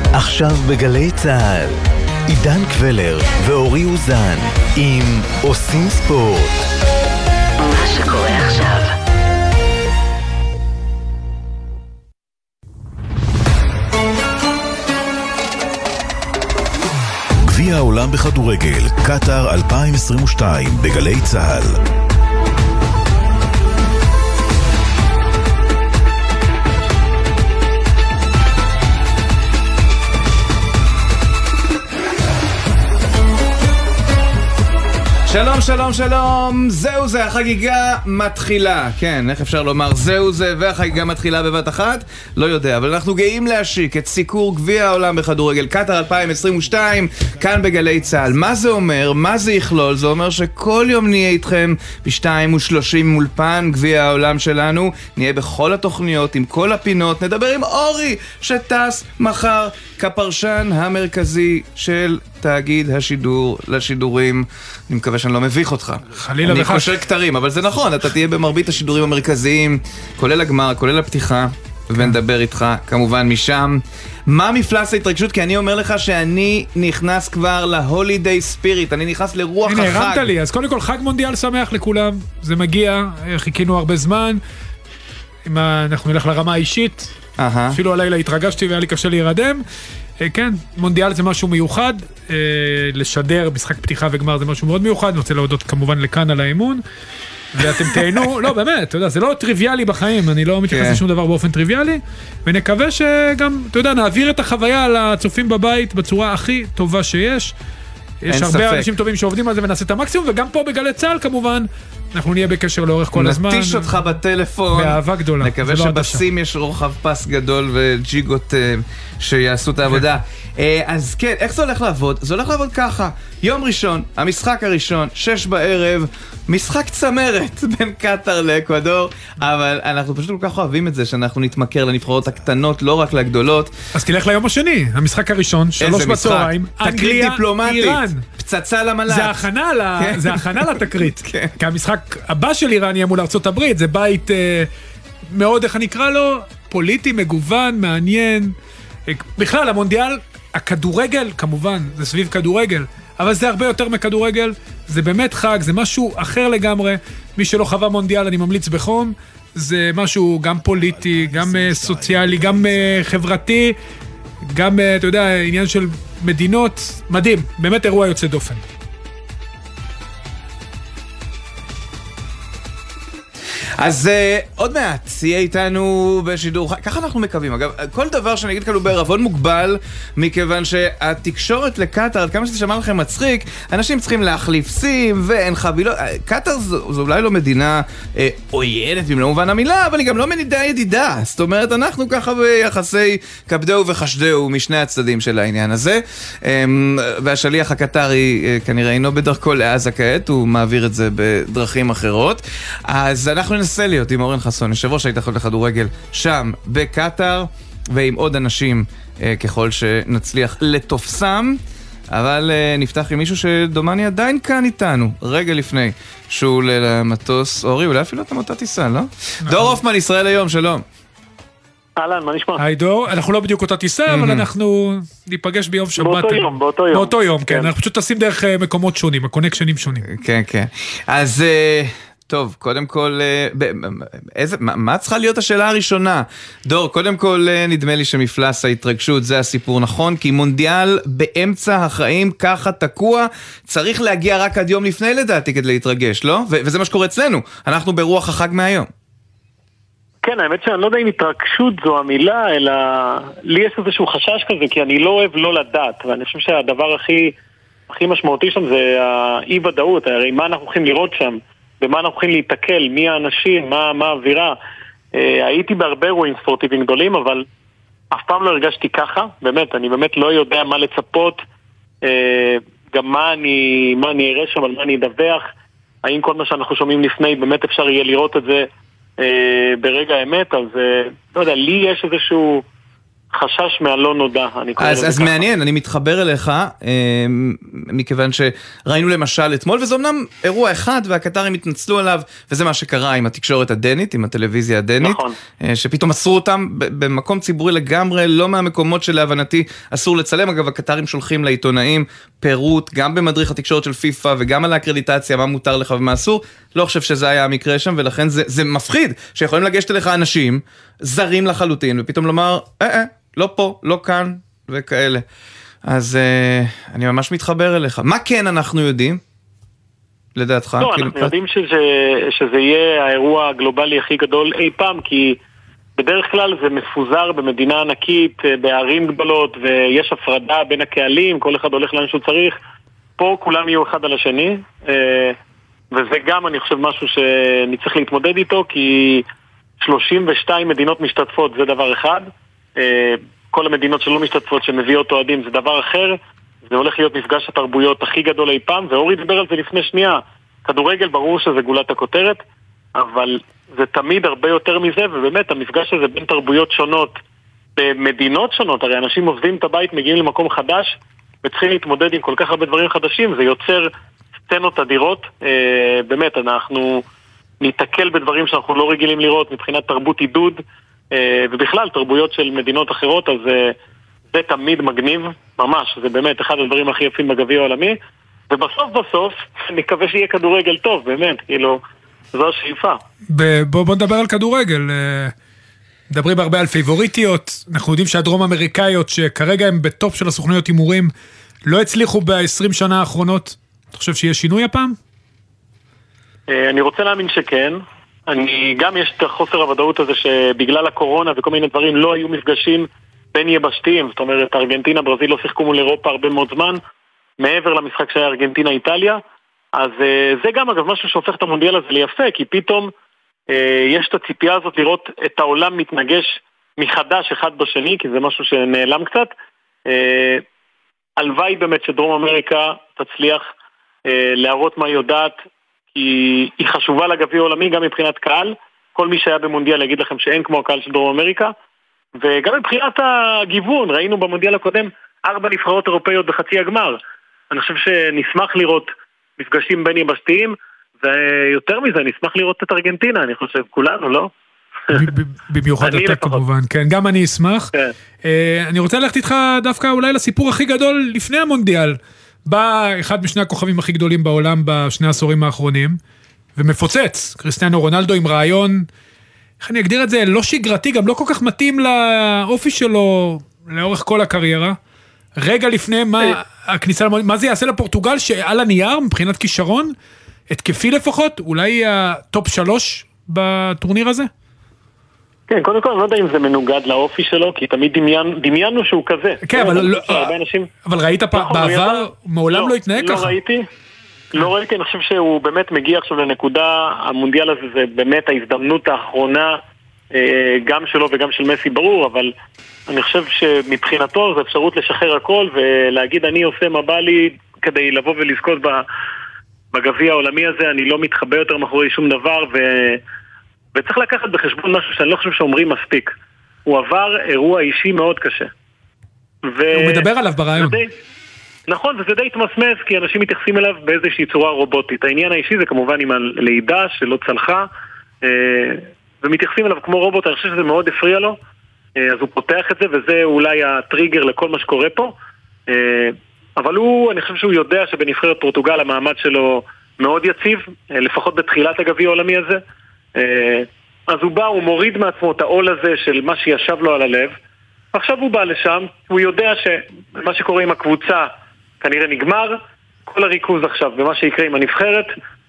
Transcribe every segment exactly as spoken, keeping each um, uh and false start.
עכשיו בגלי צהל, עידן קבלר ואורי אוזן עם עושים ספורט. מה שקורה עכשיו. גביע העולם בכדורגל, קטר אלפיים עשרים ושתיים בגלי צהל. שלום שלום שלום, זהו זה, החגיגה מתחילה. כן, איך אפשר לומר זהו זה והחגיגה מתחילה בבת אחת? לא יודע, אבל אנחנו גאים להשיק את סיקור גביע העולם בכדורגל קטר אלפיים עשרים ושתיים כאן בגלי צהל. מה זה אומר? מה זה יכלול? זה אומר שכל יום נהיה איתכם ב-שתיים ושלושים מולפן גביע העולם שלנו. נהיה בכל התוכניות עם כל הפינות, נדבר עם אורי שטס מחר כפרשן המרכזי של תאגיד השידור לשידורים. אני מקווה שאני לא מביך אותך. חלילה אני וחס. חושב כתרים, אבל זה נכון, אתה תהיה במרבית השידורים המרכזיים, כולל הגמר, כולל הפתיחה, ונדבר איתך כמובן משם. מה מפלס ההתרגשות? כי אני אומר לך שאני נכנס כבר להולידיי ספיריט, אני נכנס לרוח הנה, החג. הנה, הרמת לי, אז קודם כל חג מונדיאל שמח לכולם, זה מגיע, חיכינו הרבה זמן, אם אנחנו נלך לרמה האישית, אהה. אפילו הלילה התרגשתי והיה לי קשה להירדם. כן, מונדיאל זה משהו מיוחד, לשדר משחק פתיחה וגמר זה משהו מאוד מיוחד, אני רוצה להודות כמובן לכאן על האמון, ואתם תהנו, לא באמת, אתה יודע, זה לא טריוויאלי בחיים, אני לא מתייחס לשום דבר באופן טריוויאלי, ונקווה שגם, אתה יודע, נעביר את החוויה לצופים בבית בצורה הכי טובה שיש. יש הרבה אנשים טובים שעובדים על זה ונעשה את המקסימום, וגם פה בגלי צהל כמובן, אנחנו נהיה בקשר לאורך כל הזמן. נטיש אותך בטלפון. באהבה גדולה. נקווה שבסים יש רוחב פס גדול וג'יגות שיעשו את העבודה. אז כן, איך זה הולך לעבוד? זה הולך לעבוד ככה. יום ראשון, המשחק הראשון, שש בערב, משחק צמרת בין קטר לאקוודור, אבל אנחנו פשוט כל כך אוהבים את זה שאנחנו נתמכר לנבחרות הקטנות, לא רק לגדולות. אז תלך ליום השני, המשחק הראשון, שלוש בצהריים, תקרית דיפלומטית, איראן. פצצה למל"ט. זה הכנה, זה הכנה לתקרית. כי המשחק הבא של איראן יהיה מול ארצות הברית, זה בית מאוד, איך נקרא לו, פוליטי, מגוון, מעניין. בכלל, המונדיאל, הכדורגל, כמובן, זה סביב כדורגל, אבל זה הרבה יותר מכדורגל, זה באמת חג, זה משהו אחר לגמרי. מי שלא חווה מונדיאל, אני ממליץ בחום. זה משהו גם פוליטי, גם סוציאלי, גם חברתי, גם, אתה יודע, עניין של מדינות. מדהים, באמת אירוע יוצא דופן. אז uh, עוד מעט יהיה איתנו בשידור, ככה אנחנו מקווים. אגב, כל דבר שאני אגיד כאלו בערבון מוגבל, מכיוון שהתקשורת לקטר, עד כמה שזה שמע לכם מצחיק, אנשים צריכים להחליף סים ואין חבילות. קטר זו, זו אולי לא מדינה אה, עוינת במובן המילה, אבל היא גם לא מדינה ידידה. זאת אומרת, אנחנו ככה ביחסי כבדהו וחשדהו משני הצדדים של העניין הזה. אה, והשליח הקטרי אה, כנראה אינו בדרכו לעזה כעת, הוא מעביר את זה בדרכים אחרות. אז אנחנו ננסה להיות עם אורן חסון, יושב ראש ההתאחדות לכדורגל שם בקטר, ועם עוד אנשים אה, ככל שנצליח לתופסם, אבל אה, נפתח עם מישהו שדומני עדיין כאן איתנו, רגע לפני שהוא עולה למטוס. אורי, אולי אפילו אתה מאותה טיסה, לא? דור הופמן, ישראל היום, שלום. אהלן, מה נשמע? היי דור, אנחנו לא בדיוק אותה טיסה, אבל אנחנו ניפגש ביום שבת. באותו יום, באותו יום. באותו יום, כן. אנחנו פשוט טסים דרך מקומות שונים, הקונקשנים שונים. כן, כן. אז... טוב, קודם כל, איזה, מה, מה צריכה להיות השאלה הראשונה? דור, קודם כל נדמה לי שמפלס ההתרגשות זה הסיפור, נכון? כי מונדיאל באמצע החיים ככה תקוע, צריך להגיע רק עד יום לפני לדעתי כדי להתרגש, לא? ו- וזה מה שקורה אצלנו, אנחנו ברוח החג מהיום. כן, האמת שאני לא יודע אם התרגשות זו המילה, אלא לי יש איזשהו חשש כזה, כי אני לא אוהב לא לדעת, ואני חושב שהדבר הכי, הכי משמעותי שם זה האי-ודאות, הרי מה אנחנו הולכים לראות שם? במה אנחנו הולכים להתקל, מי האנשים, מה, מה האווירה. אה, הייתי בהרבה אירועים ספורטיביים גדולים, אבל אף פעם לא הרגשתי ככה, באמת, אני באמת לא יודע מה לצפות, אה, גם מה אני, מה אני אראה שם, על מה אני אדווח, האם כל מה שאנחנו שומעים לפני, באמת אפשר יהיה לראות את זה אה, ברגע האמת, אז אה, לא יודע, לי יש איזשהו חשש מהלא נודע, אני קורא לזה ככה. אז מעניין, אני מתחבר אליך, מכיוון שראינו למשל אתמול, וזה אמנם אירוע אחד, והקטרים התנצלו עליו, וזה מה שקרה עם התקשורת הדנית, עם הטלוויזיה הדנית, נכון. שפתאום אסרו אותם במקום ציבורי לגמרי, לא מהמקומות שלהבנתי אסור לצלם. אגב, הקטרים שולחים לעיתונאים פירוט, גם במדריך התקשורת של פיפה, וגם על האקרדיטציה, מה מותר לך ומה אסור. לא חושב שזה היה המקרה שם, ולכן זה, זה מפחיד, שיכולים לגשת אליך אנשים, זרים לחלוטין, ופתאום לומר, אה, אה, לא פה, לא כאן, וכאלה. אז uh, אני ממש מתחבר אליך. מה כן אנחנו יודעים? לדעתך? לא, כאילו, אנחנו יודעים שזה, שזה יהיה האירוע הגלובלי הכי גדול אי פעם, כי בדרך כלל זה מפוזר במדינה ענקית, בערים גדולות, ויש הפרדה בין הקהלים, כל אחד הולך לאן שהוא צריך. פה כולם יהיו אחד על השני, וזה גם, אני חושב, משהו שנצטרך להתמודד איתו, כי שלושים ושתיים מדינות משתתפות, זה דבר אחד. כל המדינות שלא משתתפות שמביאות אוהדים זה דבר אחר. זה הולך להיות מפגש התרבויות הכי גדול אי פעם, ואורי דיבר על זה לפני שנייה. כדורגל ברור שזה גולת הכותרת, אבל זה תמיד הרבה יותר מזה, ובאמת המפגש הזה בין תרבויות שונות במדינות שונות, הרי אנשים עוזבים את הבית, מגיעים למקום חדש וצריכים להתמודד עם כל כך הרבה דברים חדשים, זה יוצר סצנות אדירות. אה, באמת, אנחנו ניתקל בדברים שאנחנו לא רגילים לראות מבחינת תרבות עידוד, אה, ובכלל תרבויות של מדינות אחרות, אז אה, זה תמיד מגניב, ממש, זה באמת אחד הדברים הכי יפים בגביע העולמי, ובסוף בסוף אני מקווה שיהיה כדורגל טוב, באמת, כאילו, זו השאיפה. בוא, בוא נדבר על כדורגל, מדברים הרבה על פייבוריטיות, אנחנו יודעים שהדרום אמריקאיות שכרגע הם בטופ של הסוכנויות הימורים, לא הצליחו ב-עשרים שנה האחרונות, אתה חושב שיהיה שינוי הפעם? אני רוצה להאמין שכן, אני, גם יש את החוסר הוודאות הזה שבגלל הקורונה וכל מיני דברים לא היו מפגשים בין יבשתיים, זאת אומרת, ארגנטינה, ברזיל לא שיחקו מול אירופה הרבה מאוד זמן, מעבר למשחק שהיה ארגנטינה-איטליה, אז זה גם אגב משהו שהופך את המונדיאל הזה ליפה, כי פתאום יש את הציפייה הזאת לראות את העולם מתנגש מחדש אחד בשני, כי זה משהו שנעלם קצת. הלוואי באמת שדרום אמריקה תצליח להראות מה היא יודעת, כי היא חשובה לגביע העולמי גם מבחינת קהל, כל מי שהיה במונדיאל יגיד לכם שאין כמו הקהל של דרום אמריקה, וגם מבחינת הגיוון, ראינו במונדיאל הקודם ארבע נבחרות אירופאיות בחצי הגמר. אני חושב שנשמח לראות מפגשים בין יבשתיים, ויותר מזה, נשמח לראות את ארגנטינה, אני חושב, כולנו, לא? במיוחד אתה כמובן, כן, גם אני אשמח. אני רוצה ללכת איתך דווקא אולי לסיפור הכי גדול לפני המונדיאל. בא אחד משני הכוכבים הכי גדולים בעולם בשני העשורים האחרונים, ומפוצץ, קריסטיאנו רונלדו עם רעיון, איך אני אגדיר את זה, לא שגרתי, גם לא כל כך מתאים לאופי שלו לאורך כל הקריירה. רגע לפני מה הכניסה למונדיאל, מה זה יעשה לפורטוגל שעל הנייר מבחינת כישרון, התקפי לפחות, אולי הטופ שלוש בטורניר הזה? כן, קודם כל, אני לא יודע אם זה מנוגד לאופי שלו, כי תמיד דמיינו שהוא כזה. כן, אבל ראית בעבר, מעולם לא התנהג ככה. לא ראיתי, לא ראיתי, אני חושב שהוא באמת מגיע עכשיו לנקודה, המונדיאל הזה זה באמת ההזדמנות האחרונה, גם שלו וגם של מסי ברור, אבל אני חושב שמבחינתו זו אפשרות לשחרר הכל, ולהגיד אני עושה מה בא לי, כדי לבוא ולזכות בגביע העולמי הזה, אני לא מתחבא יותר מאחורי שום דבר, ו... וצריך לקחת בחשבון משהו שאני לא חושב שאומרים מספיק. הוא עבר אירוע אישי מאוד קשה. ו... הוא מדבר עליו ברעיון. די... נכון, וזה די התמסמס, כי אנשים מתייחסים אליו באיזושהי צורה רובוטית. העניין האישי זה כמובן עם הלידה שלא צלחה, ומתייחסים אליו כמו רובוט, אני חושב שזה מאוד הפריע לו, אז הוא פותח את זה, וזה אולי הטריגר לכל מה שקורה פה. אבל הוא, אני חושב שהוא יודע שבנבחרת פורטוגל המעמד שלו מאוד יציב, לפחות בתחילת הגביע העולמי הזה. אז הוא בא, הוא מוריד מעצמו את העול הזה של מה שישב לו על הלב. עכשיו הוא בא לשם, הוא יודע שמה שקורה עם הקבוצה כנראה נגמר, כל הריכוז עכשיו במה שיקרה עם הנבחרת,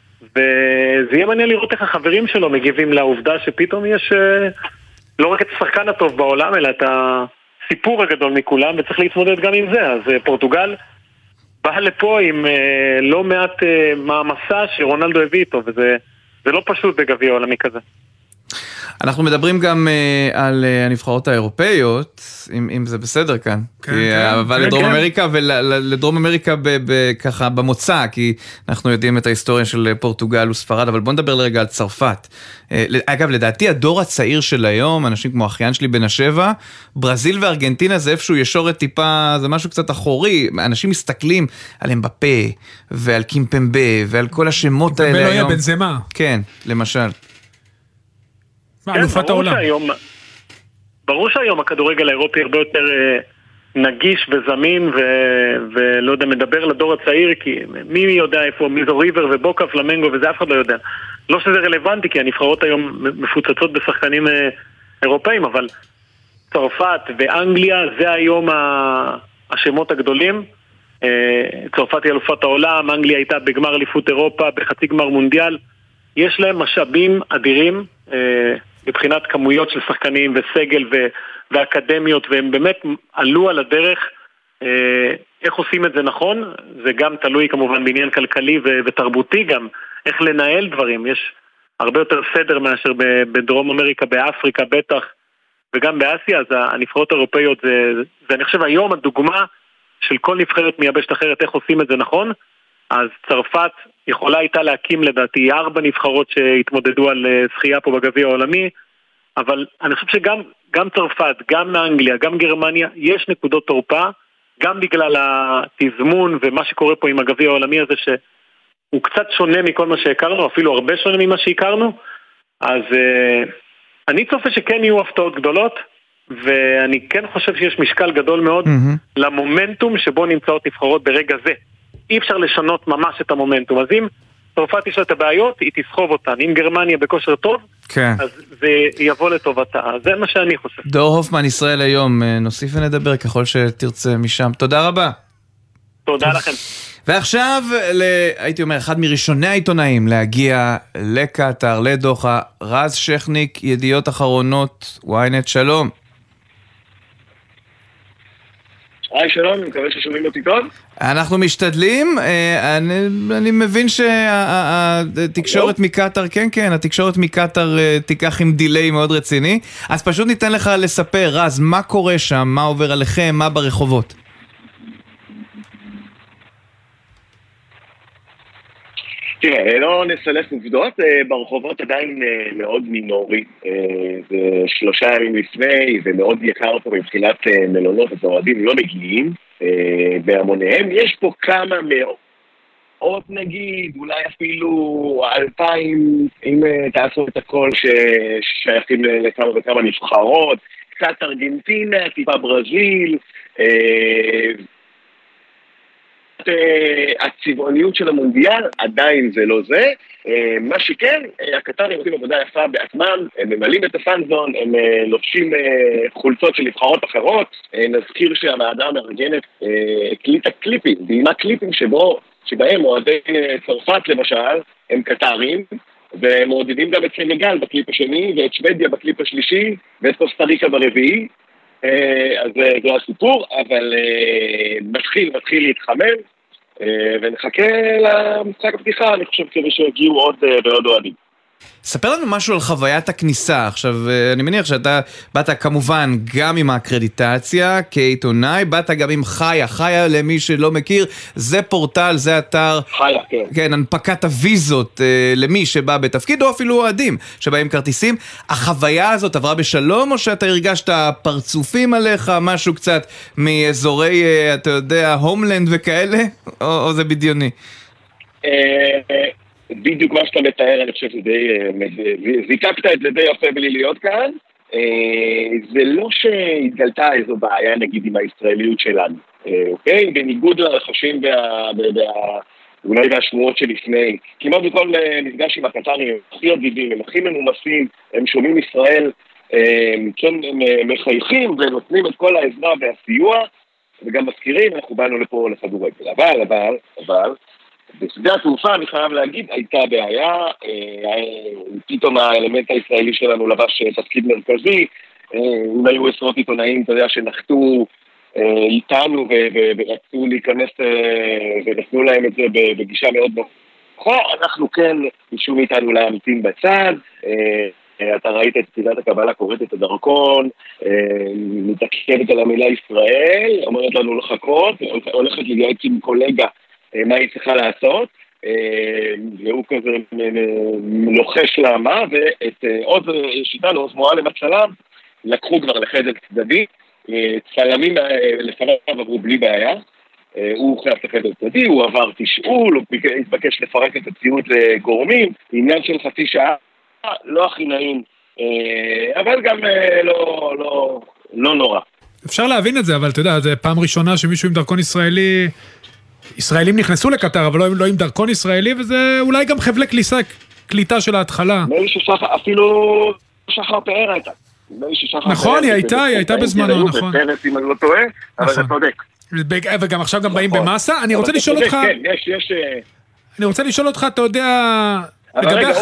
וזה יהיה מעניין לראות איך החברים שלו מגיבים לעובדה שפתאום יש לא רק את השחקן הטוב בעולם, אלא את הסיפור הגדול מכולם, וצריך להתמודד גם עם זה. אז פורטוגל בא לפה עם לא מעט מעמסה שרונלדו הביא איתו, וזה זה לא פשוט בגביע העולמי כזה. אנחנו מדברים גם uh, על uh, הנבחרות האירופאיות, אם, אם זה בסדר כאן. כן, כי, כן. אבל כן, לדרום כן. אמריקה ולדרום אמריקה ב, ב, ככה במוצא, כי אנחנו יודעים את ההיסטוריה של פורטוגל וספרד, אבל בוא נדבר לרגע על צרפת. Uh, אגב, לדעתי הדור הצעיר של היום, אנשים כמו אחיין שלי בן השבע, ברזיל וארגנטינה זה איפשהו ישורת טיפה, זה משהו קצת אחורי, אנשים מסתכלים על אמבפה ועל קימפמבה ועל כל השמות האלה ולא היום. היה בנזמה. כן, למשל. מה, אלופת העולם. שהיום, ברור שהיום הכדורגל האירופי הרבה יותר אה, נגיש וזמין ו, ולא יודע, מדבר לדור הצעיר, כי מי יודע איפה, מי זו ריבר ובוקה, פלמנגו, וזה אף אחד לא יודע. לא שזה רלוונטי, כי הנבחרות היום מפוצצות בשחקנים אה, אירופאים, אבל צרפת ואנגליה זה היום ה, השמות הגדולים. אה, צרפת היא אלופת העולם, אנגליה הייתה בגמר אליפות אירופה, בחצי גמר מונדיאל. יש להם משאבים אדירים, אה, מבחינת כמויות של שחקנים וסגל ו- ואקדמיות, והם באמת עלו על הדרך. אה, איך עושים את זה נכון? זה גם תלוי כמובן בעניין כלכלי ו- ותרבותי גם, איך לנהל דברים. יש הרבה יותר סדר מאשר ב- בדרום אמריקה, באפריקה בטח, וגם באסיה. אז הנבחרות האירופאיות זה, זה אני חושב היום הדוגמה של כל נבחרת מייבשת אחרת, איך עושים את זה נכון. אז צרפת יכולה הייתה להקים לדעתי ארבע נבחרות שהתמודדו על זכייה פה בגביע העולמי, אבל אני חושב שגם גם צרפת, גם אנגליה, גם גרמניה, יש נקודות תורפה, גם בגלל התזמון ומה שקורה פה עם הגביע העולמי הזה, שהוא קצת שונה מכל מה שהכרנו, אפילו הרבה שונה ממה שהכרנו. אז uh, אני צופה שכן יהיו הפתעות גדולות, ואני כן חושב שיש משקל גדול מאוד mm-hmm. למומנטום שבו נמצאות נבחרות ברגע זה. אי אפשר לשנות ממש את המומנטום. אז אם צרפת יש לה את הבעיות, היא תסחוב אותן. אם גרמניה בכושר טוב, כן. אז זה יבוא לטובתה. זה מה שאני חושב. דור הופמן, ישראל היום, נוסיף ונדבר ככל שתרצה משם. תודה רבה. תודה לכם. ועכשיו, הייתי אומר, אחד מראשוני העיתונאים להגיע לקטר, לדוחה, רז שכניק, ידיעות אחרונות, וויינט, שלום. היי, שלום, אני מקווה ששומעים אותי טוב. אנחנו משתדלים, אני, אני מבין שהתקשורת מקטר, כן, כן, התקשורת מקטר תיקח עם דיליי מאוד רציני, אז פשוט ניתן לך לספר, רז, מה קורה שם, מה עובר עליכם, מה ברחובות? תראה, לא נסלף עובדות, ברחובות עדיין מאוד מינורי, זה שלושה ימים לפני, ומאוד יקר פה מבחינת מלונות, אז האוהדים לא מגיעים בהמוניהם. יש פה כמה מאות נגיד, אולי אפילו אלפיים, אם תעשו את הכל ששייכים לכמה וכמה נבחרות, קצת ארגנטינה, טיפה ברזיל, הצבעוניות של המונדיאל, עדיין זה לא זה. מה שכן, הקטרים עושים עבודה יפה בעצמם, הם ממלאים את הפאנזון, הם לובשים חולצות של נבחרות אחרות. נזכיר שהוועדה המארגנת הקליטה קליפים, דיימה קליפים שבו, שבהם אוהדי צרפת למשל, הם קטרים, והם מעודדים גם את סנגל בקליפ השני, ואת שוודיה בקליפ השלישי, ואת קוסטה ריקה ברביעי. אז זה הסיפור, אבל מתחיל, מתחיל להתחמם, ונחכה למשחק הפתיחה, אני חושב, כדי שיגיעו עוד ועוד אוהדים. ספר לנו משהו על חוויית הכניסה. עכשיו, אני מניח שאתה באת כמובן גם עם האקרדיטציה כעיתונאי, באת גם עם חיה. חיה, למי שלא מכיר, זה פורטל, זה אתר, חיה, כן. כן, הנפקת הוויזות למי שבא בתפקיד, או אפילו אוהדים שבאים כרטיסים. החוויה הזאת עברה בשלום, או שאתה הרגשת פרצופים עליך, משהו קצת מאזורי, אתה יודע, הומלנד וכאלה, או, או זה בדיוני? בדיוק מה שאתה מתאר, אני חושב שדי, זיקקת את זה די יפה בלי להיות כאן. זה לא שהתגלתה איזו בעיה נגיד עם הישראליות שלנו, אוקיי? בניגוד לרחשים ואולי והשמועות שלפני, כמעט בכל מפגש עם הקטרים, הם הכי עדידים, הם הכי מנומסים, הם שומעים ישראל, כן, הם מחייכים ונותנים את כל העזרה והסיוע, וגם מזכירים, אנחנו באנו לפה לכדורגל. אבל, אבל, אבל, בשדה התעופה, אני חייב להגיד, הייתה בעיה, פתאום האלמנט הישראלי שלנו לבש תפקיד מרכזי, אם היו עשרות עיתונאים, אתה יודע, שנחתו איתנו ורצו להיכנס ונתנו להם את זה בגישה מאוד נוחה, אנחנו כן, מישהו מאיתנו להמתין בצד, אתה ראית את פקידת הקבלה קוראת את הדרכון, מתעכבת על המילה ישראל, אומרת לנו לחכות, הולכת להתייעץ עם קולגה מה היא צריכה לעשות, והוא כזה לוחש לה מה, ואת עוד שיטה, עוז מועלם הצלם, לקחו כבר לחדר צדדי, צלמים לפניו עברו בלי בעיה, הוא חייב את החדר צדדי, הוא עבר תשאול, הוא התבקש לפרק את הציוד לגורמים, עניין של חצי שעה, לא הכי נעים, אבל גם לא, לא, לא נורא. אפשר להבין את זה, אבל אתה יודע, זה פעם ראשונה שמישהו עם דרכון ישראלי, ישראלים נכנסו לקטר, אבל לא, לא עם דרכון ישראלי, וזה אולי גם חבלי כליסה, קליטה של ההתחלה. אפילו שחר פאר הייתה. נכון, היא הייתה, היא הייתה בזמנו, נכון. בפרס, אם אני לא טועה, אבל זה צודק. וגם עכשיו גם באים במסה, אני רוצה לשאול אותך... כן, יש, יש... אני רוצה לשאול אותך, אתה יודע... אבל רגע,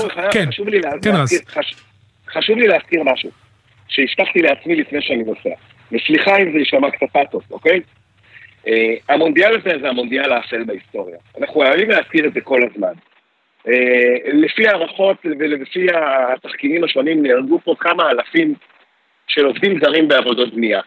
חשוב לי להזכיר משהו, שהשתחתי לעצמי לפני שאני נוסע. וסליחה אם זה יישמע קצת פאתוס, אוקיי? המונדיאל הזה זה המונדיאל האפל בהיסטוריה. אנחנו אוהבים להזכיר את זה כל הזמן. לפי הערכות ולפי התחקירים השונים נהרגו פה כמה אלפים של עובדים זרים בעבודות בנייה.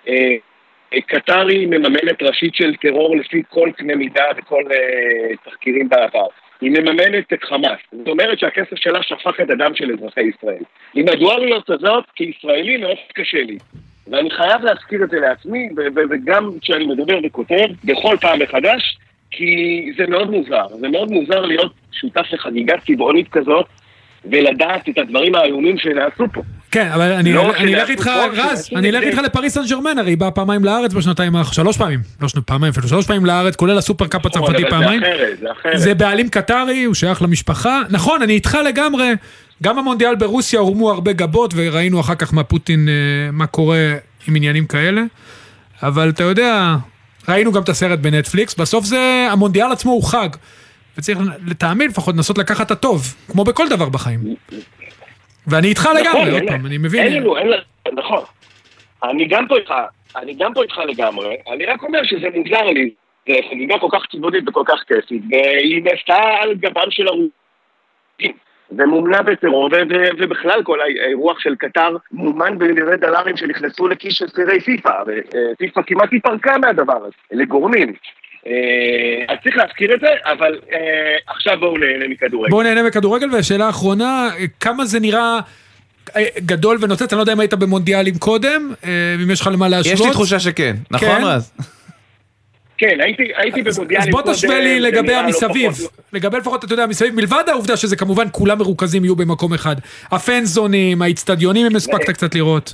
קטרי מממנת ראשית של טרור לפי כל קנה מידה וכל תחקירים בעבר. היא מממנת את חמאס. זאת אומרת שהכסף שלה שפך את הדם של אזרחי ישראל. עם הדואליות הזאת, כישראלי מאוד קשה לי. ואני חייב להזכיר את זה לעצמי, וגם כשאני מדבר וכותב, בכל פעם מחדש, כי זה מאוד מוזר. זה מאוד מוזר להיות שותף לחגיגה צבעונית כזאת, ולדעת את הדברים האיומים שנעשו פה. כן, אבל אני אלך איתך, רז, אני אלך איתך לפריס סן ז'רמן, הרי היא באה פעמיים לארץ בשנתיים, שלוש פעמים, לא שנות פעמיים, אפילו שלוש פעמים לארץ, כולל הסופר קאפ הצרפתי פעמיים. זה אחרת, זה אחרת. זה בעלים קטרי, הוא שייך למשפחה. נכון, אני איתך לגמרי, גם המונדיאל ברוסיה הורמו הרבה גבות, וראינו אחר כך מה פוטין, מה קורה עם עניינים כאלה. אבל אתה יודע, ראינו גם את הסרט בנטפליקס, בסוף זה, המונדיאל עצמו הוא חג. וצריך לטעמי לפחות לנסות לקחת את הטוב, כמו בכל דבר בחיים. ואני איתך לגמרי, עוד פעם, אני מבין. אין לנו, אין לנו, נכון. אני גם פה איתך, אני גם פה איתך לגמרי, אני רק אומר שזה מוזר לי, זה חגיגה כל כך צבעונית וכל כך כיפית, והיא נעשתה על גבם של הרוסים, ומומנה בטרור, ובכלל כל האירוח של קטר מומן במיליוני דולרים שנכנסו לכיס של שכירי פיפה, ופיפה כמעט התפרקה מהדבר הזה, לגורמים. אז צריך להזכיר את זה, אבל עכשיו בואו נהנה מכדורגל. בואו נהנה מכדורגל, והשאלה האחרונה, כמה זה נראה גדול ונוצץ, אני לא יודע אם היית במונדיאלים קודם, אם יש לך למה להשוות. יש לי תחושה שכן, נכון רז? כן, הייתי במונדיאלים. אז בוא תשווה לי לגבי המסביב, לגבי לפחות, אתה יודע, מסביב, מלבד העובדה שזה כמובן כולם מרוכזים יהיו במקום אחד. הפנזונים, האצטדיונים, אם הספקת קצת לראות.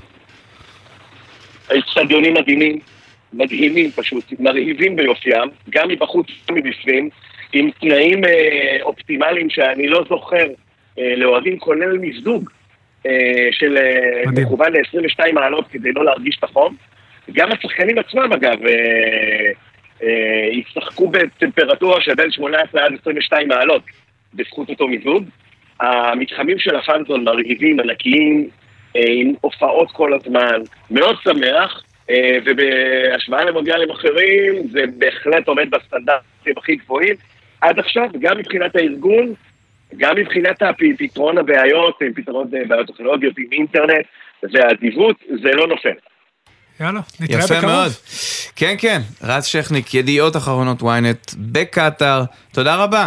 האצטדיונים מדהימים. מדהימים פשוט, מרהיבים ביופיים, גם מבחוץ ומבפנים, עם תנאים אה, אופטימליים שאני לא זוכר אה, לאוהדים, כולל מזדוג אה, של אה, מכוון ל-עשרים ושתיים מעלות כדי לא להרגיש את החום. גם השחקנים עצמם אגב אה, אה, ישחקו בטמפרטורה של בין שמונה עשרה עד עשרים ושתיים מעלות בזכות אותו מזוג. המתחמים של הפנזון מרהיבים, ענקיים, אה, עם הופעות כל הזמן, מאוד שמח, ובהשוואה למונדיאלים אחרים זה בהחלט עומד בסטנדרטים הכי גבוהים עד עכשיו, גם מבחינת הארגון, גם מבחינת פתרון הבעיות, פתרון בעיות טכנולוגיות עם אינטרנט והאדיבות, זה לא נופל. יאללה, נתראה בקרוב. יפה מאוד. כן, כן, רז שכניק, ידיעות אחרונות וויינט בקטר, תודה רבה.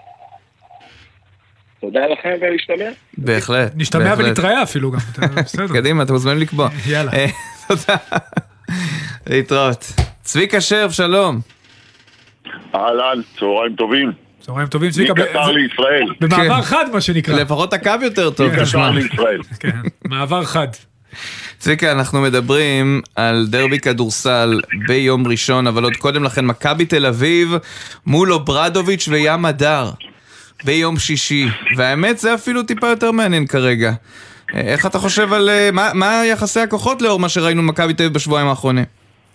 תודה לכם ולהשתמע. בהחלט. נשתמע ונתראה אפילו גם. קדימה, אתם מוזמנים לקבוע. יאללה. תודה. להתראות. צביקה שרף, שלום. אהלן, צהריים טובים. צהריים טובים, צביקה. מקטר לישראל. במעבר חד, מה שנקרא. לפחות הקו יותר טוב. מקטר לישראל. כן, מעבר חד. צביקה, אנחנו מדברים על דרבי כדורסל ביום ראשון, אבל עוד קודם לכן מכבי תל אביב מול אוברדוביץ' וים הדר ביום שישי. והאמת זה אפילו טיפה יותר מעניין כרגע. איך אתה חושב על... מה, מה יחסי הכוחות לאור מה שראינו מכבי תל אביב בשבועיים האחרונים?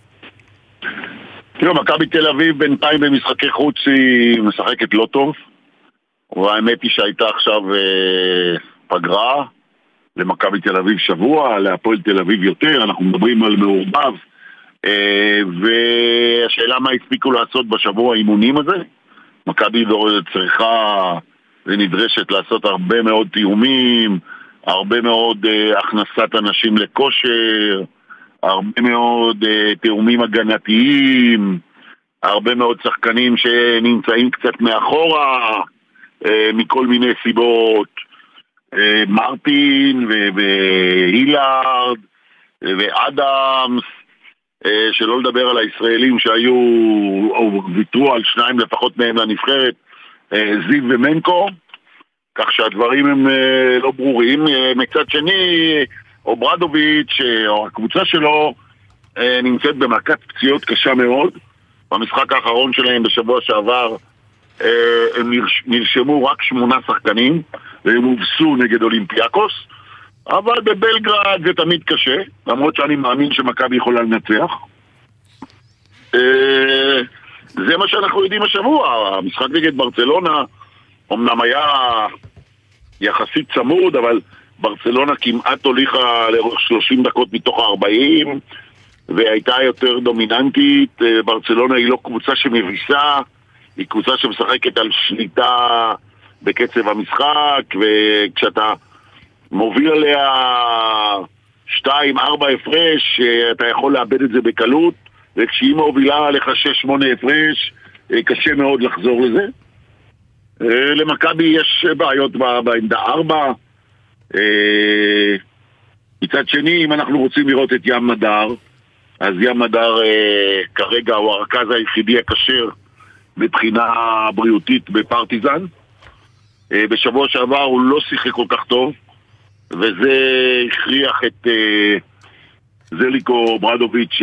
תראו, מכבי תל אביב בינתיים במשחקי חוץ היא משחקת לא טוב, והאמת היא שהייתה עכשיו אה, פגרה למכבי תל אביב שבוע, להפועל תל אביב יותר, אנחנו מדברים על מעורבב, אה, והשאלה מה הספיקו לעשות בשבוע האימונים הזה. מכבי צריכה ונדרשת לעשות הרבה מאוד תיאומים, הרבה מאוד uh, הכנסת אנשים לכושר, הרבה מאוד uh, תאומים הגנתיים, הרבה מאוד שחקנים שנמצאים קצת מאחורה, uh, מכל מיני סיבות, uh, מרטין והילארד ואדמס, uh, שלא לדבר על הישראלים שהיו, או ויתרו על שניים לפחות מהם לנבחרת, uh, זיו ומנקו, כך שהדברים הם uh, לא ברורים. Uh, מצד שני, אוברדוביץ', או הקבוצה שלו, uh, נמצאת במכת פציעות קשה מאוד. במשחק האחרון שלהם בשבוע שעבר, uh, הם נרש, נרשמו רק שמונה שחקנים, והם הובסו נגד אולימפיאקוס, אבל בבלגרד זה תמיד קשה, למרות שאני מאמין שמכבי יכולה לנצח. Uh, זה מה שאנחנו יודעים השבוע. המשחק נגד ברצלונה, אמנם היה יחסית צמוד, אבל ברצלונה כמעט הוליכה לאורך שלושים דקות מתוך ה-ארבעים, והייתה יותר דומיננטית. ברצלונה היא לא קבוצה שמביסה, היא קבוצה שמשחקת על שליטה בקצב המשחק, וכשאתה מוביל עליה שתיים ארבע הפרש, אתה יכול לאבד את זה בקלות, וכשהיא מובילה עליך שש שמונה הפרש, קשה מאוד לחזור לזה. למכבי יש בעיות בעמדה ארבע. מצד שני, אם אנחנו רוצים לראות את ים מדר, אז ים מדר כרגע הוא הרכז היחידי הקשר מבחינה בריאותית בפרטיזן. בשבוע שעבר הוא לא שיחק כל כך טוב, וזה הכריח את זליקו ברדוביץ'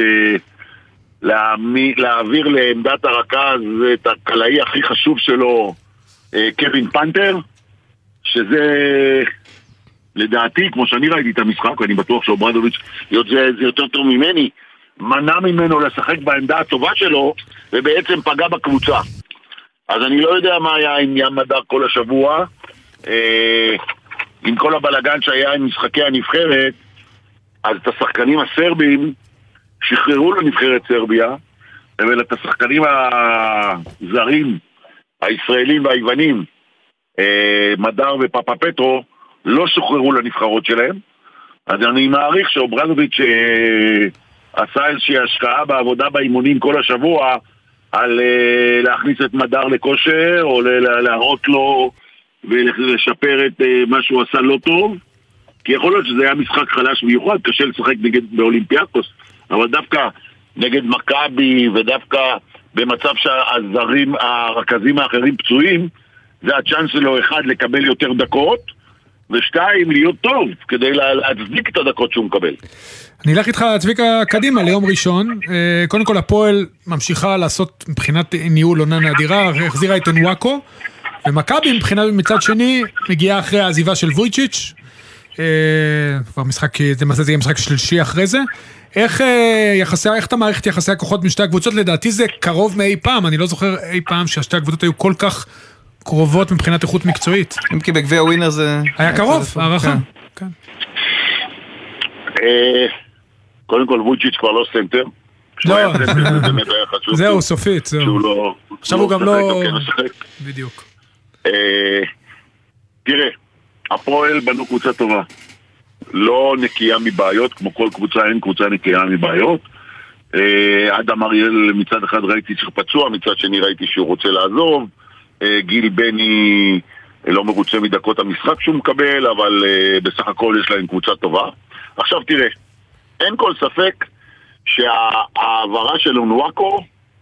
להעביר לעמדת הרכז את הקלעי הכי חשוב שלו, קווין פנטר, שזה לדעתי, כמו שאני ראיתי את המשחק, ואני בטוח שאוברדוביץ' זה, זה יותר טוב ממני, מנע ממנו לשחק בעמדה הטובה שלו, ובעצם פגע בקבוצה. אז אני לא יודע מה היה עם ים מדר כל השבוע, אה, עם כל הבלגן שהיה עם משחקי הנבחרת, אז את השחקנים הסרבים שחררו לנבחרת סרביה, אבל את השחקנים הזרים, הישראלים והיוונים, אה, מדר ופאפה פטרו, לא שוחררו לנבחרות שלהם. אז אני מעריך שאוברדוביץ' אה, עשה איזושהי השקעה בעבודה באימונים כל השבוע, על אה, להכניס את מדר לכושר, או להראות לו ולשפר את אה, מה שהוא עשה לא טוב, כי יכול להיות שזה היה משחק חלש מיוחד, קשה לשחק נגד באולימפיאקוס, אבל דווקא נגד מכבי, ודווקא במצב שהזרים, הרכזים האחרים פצועים, זה הצ'אנס שלו, אחד, לקבל יותר דקות, ושתיים, להיות טוב, כדי להצדיק את הדקות שהוא מקבל. אני אלך איתך, צביקה, קדימה, ליום ראשון. קודם כל, הפועל ממשיכה לעשות מבחינת ניהול עונה נדירה, החזירה את אונוואקו, ומכבי מבחינת מצד שני, מגיעה אחרי העזיבה של וויצ'יץ', והמשחק, זה מעשה, זה יהיה משחק שלישי אחרי זה. איך יחסי, איך אתה מערכת יחסי הכוחות בין שתי הקבוצות? לדעתי זה קרוב מאי פעם, אני לא זוכר אי פעם שהשתי הקבוצות היו כל כך קרובות מבחינת איכות מקצועית. אם כי בגביע ווינר זה... היה קרוב, הערכה. כן. קודם כל וויצ'יץ' כבר לא סנטר. לא, זהו, סופית, זהו. עכשיו הוא גם לא... בדיוק. תראה, הפועל בנו קבוצה טובה. לא נקייה מבעיות, כמו כל קבוצה, אין קבוצה נקייה מבעיות. אדם אריאל מצד אחד ראיתי שפצוע, מצד שני ראיתי שהוא רוצה לעזוב. גיל בני לא מרוצה מדקות המשחק שהוא מקבל, אבל בסך הכל יש להם קבוצה טובה. עכשיו תראה, אין כל ספק שהעברה של אונוואקו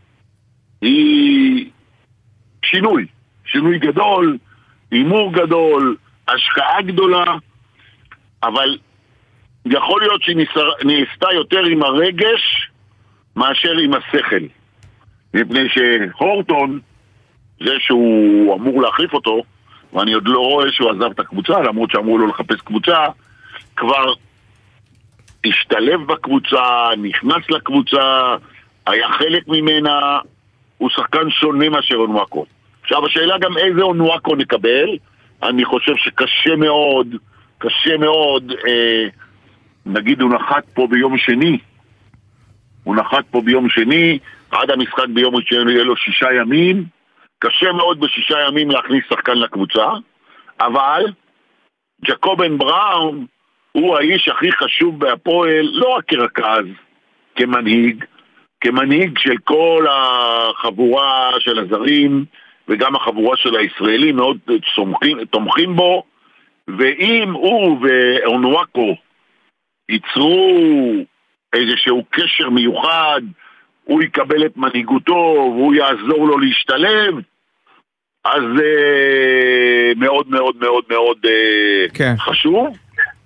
היא שינוי, שינוי גדול, אימור גדול, השקעה גדולה, אבל יכול להיות שהיא נעשתה יותר עם הרגש מאשר עם השכל, מפני שהורטון, זה שהוא אמור להחליף אותו, ואני עוד לא רואה שהוא עזב את הקבוצה, למרות שאמרו לו לחפש קבוצה, כבר השתלב בקבוצה, נכנס לקבוצה, היה חלק ממנה, הוא שחקן שונה מאשר אונוואקו. עכשיו השאלה גם איזה אונוואקו נקבל, אני חושב שקשה מאוד, קשה מאוד, אה, נגיד הוא נחת פה ביום שני, הוא נחת פה ביום שני, עד המשחק ביום ראשון יהיה לו שישה ימים, קשה מאוד בשישה ימים להכניס שחקן לקבוצה, אבל ג'קובן בראון הוא האיש הכי חשוב בהפועל, לא רק כרכז, כמנהיג, כמנהיג של כל החבורה של הזרים, וגם החבורה של הישראלים מאוד תומכים, תומכים בו, ואם הוא ואונואקו ייצרו איזשהו קשר מיוחד, הוא יקבל את מנהיגותו והוא יעזור לו להשתלב, אז אה, מאוד מאוד מאוד מאוד אה, כן. חשוב.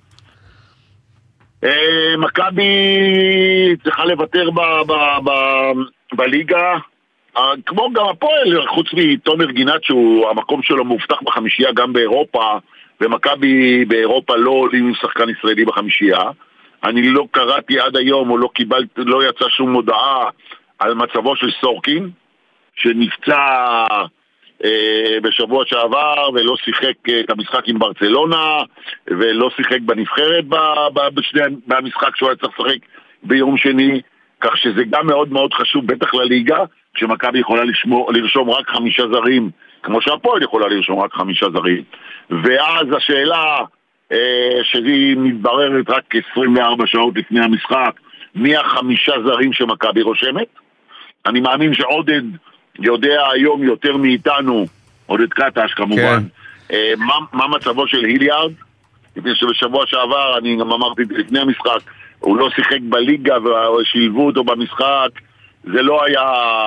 אה, מכבי צריכה לוותר ב, ב, ב, בליגה, אה, כמו גם הפועל, חוץ מתומר גינת שהוא המקום שלו מובטח בחמישייה גם באירופה, ומכבי באירופה לא עולים עם שחקן ישראלי בחמישייה. אני לא קראתי עד היום או לא קיבלת, לא יצא שום מודעה על מצבו של סורקין שנפצע אה, בשבוע שעבר ולא שיחק את המשחק עם ברצלונה ולא שיחק בנבחרת ב, ב, בשני, במשחק שהוא היה צריך לשחק ביום שני, כך שזה גם מאוד מאוד חשוב בטח לליגה, כשמכבי יכולה לשמור, לרשום רק חמישה זרים כמו שהפועל יכולה לרשום רק חמישה זרים, ואז השאלה אה, שהיא מתבררת רק עשרים וארבע שעות לפני המשחק, מי החמישה זרים שמכבי רושמת. אני מאמין שעודד יודע היום יותר מאיתנו, עודד קטש כמובן, כן. אה, מה, מה מצבו של היליארד, לפני שבשבוע שעבר, אני גם אמרתי לפני המשחק, הוא לא שיחק בליגה ושילבו אותו במשחק, זה לא היה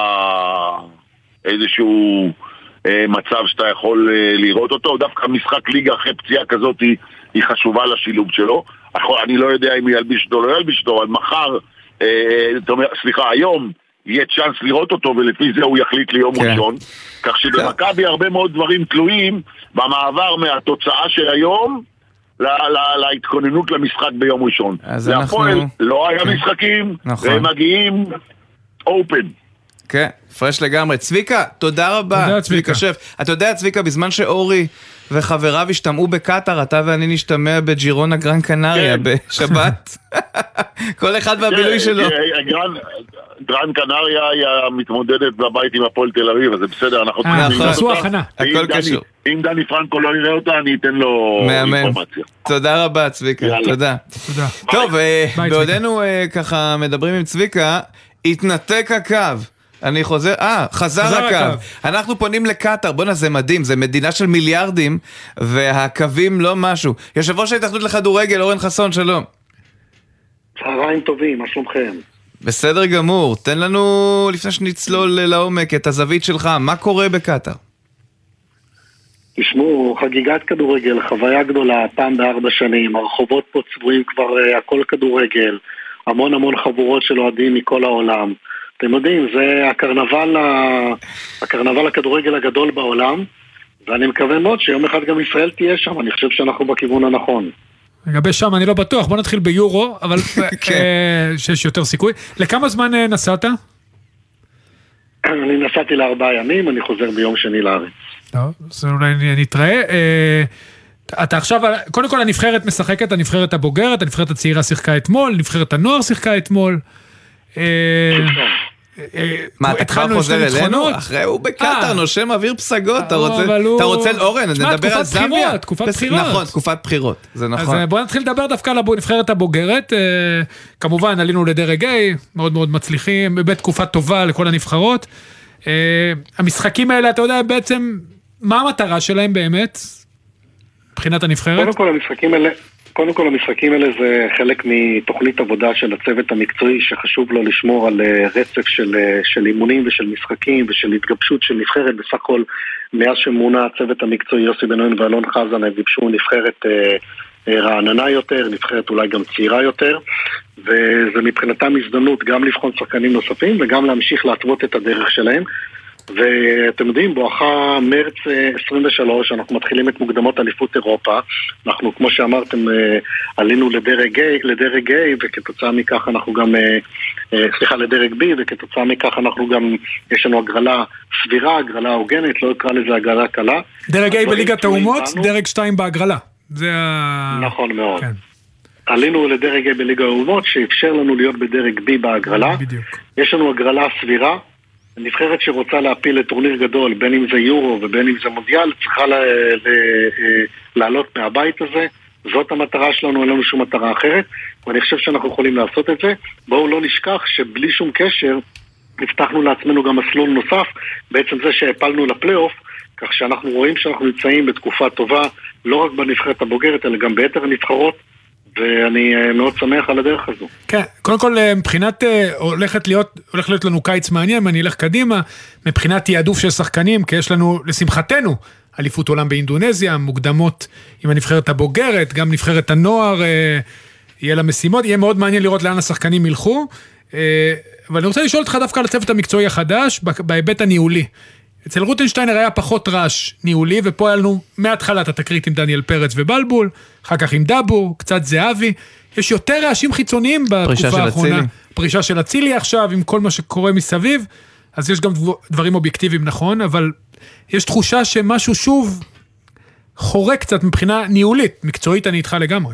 איזשהו אה, מצב שאתה יכול אה, לראות אותו, דווקא משחק ליגה אחרי פציעה כזאת היא, היא חשובה לשילוב שלו. אני לא יודע אם הוא ילביש אותו או לא ילביש אותו, אבל מחר, אה, סליחה, היום יהיה צ'אנס לראות אותו, ולפי זה הוא יחליט ליום כן. ראשון, כך שבמכבי הרבה מאוד דברים תלויים במעבר מהתוצאה של היום להתכוננות למשחק ביום ראשון. להפועל לא היה משחקים, והם מגיעים אופן. כן, פרש לגמרי. צביקה, תודה רבה. צביקה שף. אתה יודע, צביקה, בזמן שאורי וחבריו השתמעו בקטר, אתה ואני נשתמע בג'ירונה גרן קנריה בשבת. כל אחד והבילוי שלו. גרן קנריה היא המתמודדת בבית עם הפועל תל אביב, אז זה בסדר, אנחנו עשו הכנה. הכל קשור. אם דני פרנקו לא יראה אותה, אני אתן לו אינפורמציה. תודה רבה, צביקה. תודה. טוב, בעודנו ככה מדברים עם צביקה, התנתק הקו. אני חוזר, אה, חזר, חזר הקו. הקו. אנחנו פונים לקטר, בוא נזה מדהים, זה מדינה של מיליארדים, והקווים לא משהו. יושב ראש ההתאחדות לכדורגל, אורן חסון, שלום. צהריים טובים, מה שלומכם? בסדר גמור, תן לנו, לפני שנצלול לעומק, את הזווית שלך, מה קורה בקטר? תשמעו, חגיגת כדורגל, חוויה גדולה, פעם בארבע שנים, הרחובות פה צבועים כבר הכל כדורגל, המון המון חבורות של אוהדים מכל העולם. אתם יודעים, זה הקרנבל, הקרנבל הכדורגל הגדול בעולם, ואני מקווה מאוד שיום אחד גם ישראל תהיה שם, אני חושב שאנחנו בכיוון הנכון. לגבי שם אני לא בטוח, בוא נתחיל ביורו, אבל שיש יותר סיכוי. לכמה זמן נסעת? אני נסעתי לארבעה ימים, אני חוזר ביום שני לארץ. טוב, אז אולי נתראה. אתה עכשיו, קודם כל הנבחרת משחקת, הנבחרת הבוגרת, הנבחרת הצעירה שיחקה אתמול, נבחרת הנוער שיחקה אתמול. מה, אתה כבר חוזר אלינו? אחרי הוא בקטר, נושם אוויר פסגות, אתה רוצה, אורן, נדבר על זמביה? תקופת בחירות. נכון, תקופת בחירות, זה נכון. אז בואו נתחיל לדבר דווקא על הנבחרת הבוגרת, כמובן עלינו לדרג A, מאוד מאוד מצליחים, באמת תקופה טובה לכל הנבחרות. המשחקים האלה, אתה יודע בעצם, מה המטרה שלהם באמת, מבחינת הנבחרת? קודם כל המשחקים האלה, קודם כל המשחקים האלה זה חלק מתוכנית עבודה של הצוות המקצועי שחשוב לו לשמור על רצף של, של אימונים ושל משחקים ושל התגבשות של נבחרת. בסך הכל מאז שמונה הצוות המקצועי יוסי בן-נון ואלון חזן הם גיבשו נבחרת אה, אה, רעננה יותר, נבחרת אולי גם צעירה יותר, וזה מבחינתם הזדמנות גם לבחון שחקנים נוספים וגם להמשיך להתוות את הדרך שלהם. ואתם יודעים, בואכה מרץ עשרים ושלוש אנחנו מתחילים את מוקדמות אליפות אירופה. אנחנו, כמו שאמרתם, עלינו לדרג A, לדרג A וכתוצאה מכך אנחנו גם, סליחה, לדרג B, וכתוצאה מכך אנחנו גם, יש לנו הגרלה סבירה, הגרלה הוגנת, לא אקרא לזה הגרלה קלה. דרג A בליגת האומות, דרג שתיים בהגרלה. זה ה... נכון מאוד. כן. עלינו לדרג A בליגת האומות, שאפשר לנו להיות בדרג B בהגרלה. בדיוק. יש לנו הגרלה סבירה, נבחרת שרוצה להפיל לטורניר גדול, בין אם זה יורו ובין אם זה מונדיאל, צריכה ל- ל- לעלות מהבית הזה. זאת המטרה שלנו, אין לנו שום מטרה אחרת, ואני חושב שאנחנו יכולים לעשות את זה. בואו לא נשכח שבלי שום קשר, נפתחנו לעצמנו גם מסלול נוסף, בעצם זה שהפלנו לפלייאוף, כך שאנחנו רואים שאנחנו נמצאים בתקופה טובה, לא רק בנבחרת הבוגרת, אלא גם ביתר הנבחרות, ואני מאוד שמח על הדרך הזו. כן, קודם כל מבחינת הולכת להיות, הולך להיות לנו קיץ מעניין, אני אלך קדימה, מבחינת תיעדוף של שחקנים, כי יש לנו, לשמחתנו, אליפות עולם באינדונזיה, מוקדמות עם הנבחרת הבוגרת, גם נבחרת הנוער, אה, יהיה לה משימות, יהיה מאוד מעניין לראות לאן השחקנים ילכו, אה, אבל אני רוצה לשאול אותך דווקא על הצוות המקצועי החדש, בהיבט הניהולי. אצל רוטנשטיינר היה פחות רעש ניהולי, ופה היה לנו מההתחלה את התקרית עם דניאל פרץ ובלבול, אחר כך עם דאבור, קצת זהבי, יש יותר רעשים חיצוניים בתקופה האחרונה, פרישה של אצילי עכשיו, עם כל מה שקורה מסביב, אז יש גם דברים אובייקטיביים נכון, אבל יש תחושה שמשהו שוב חורק קצת מבחינה ניהולית, מקצועית אני איתך לגמרי.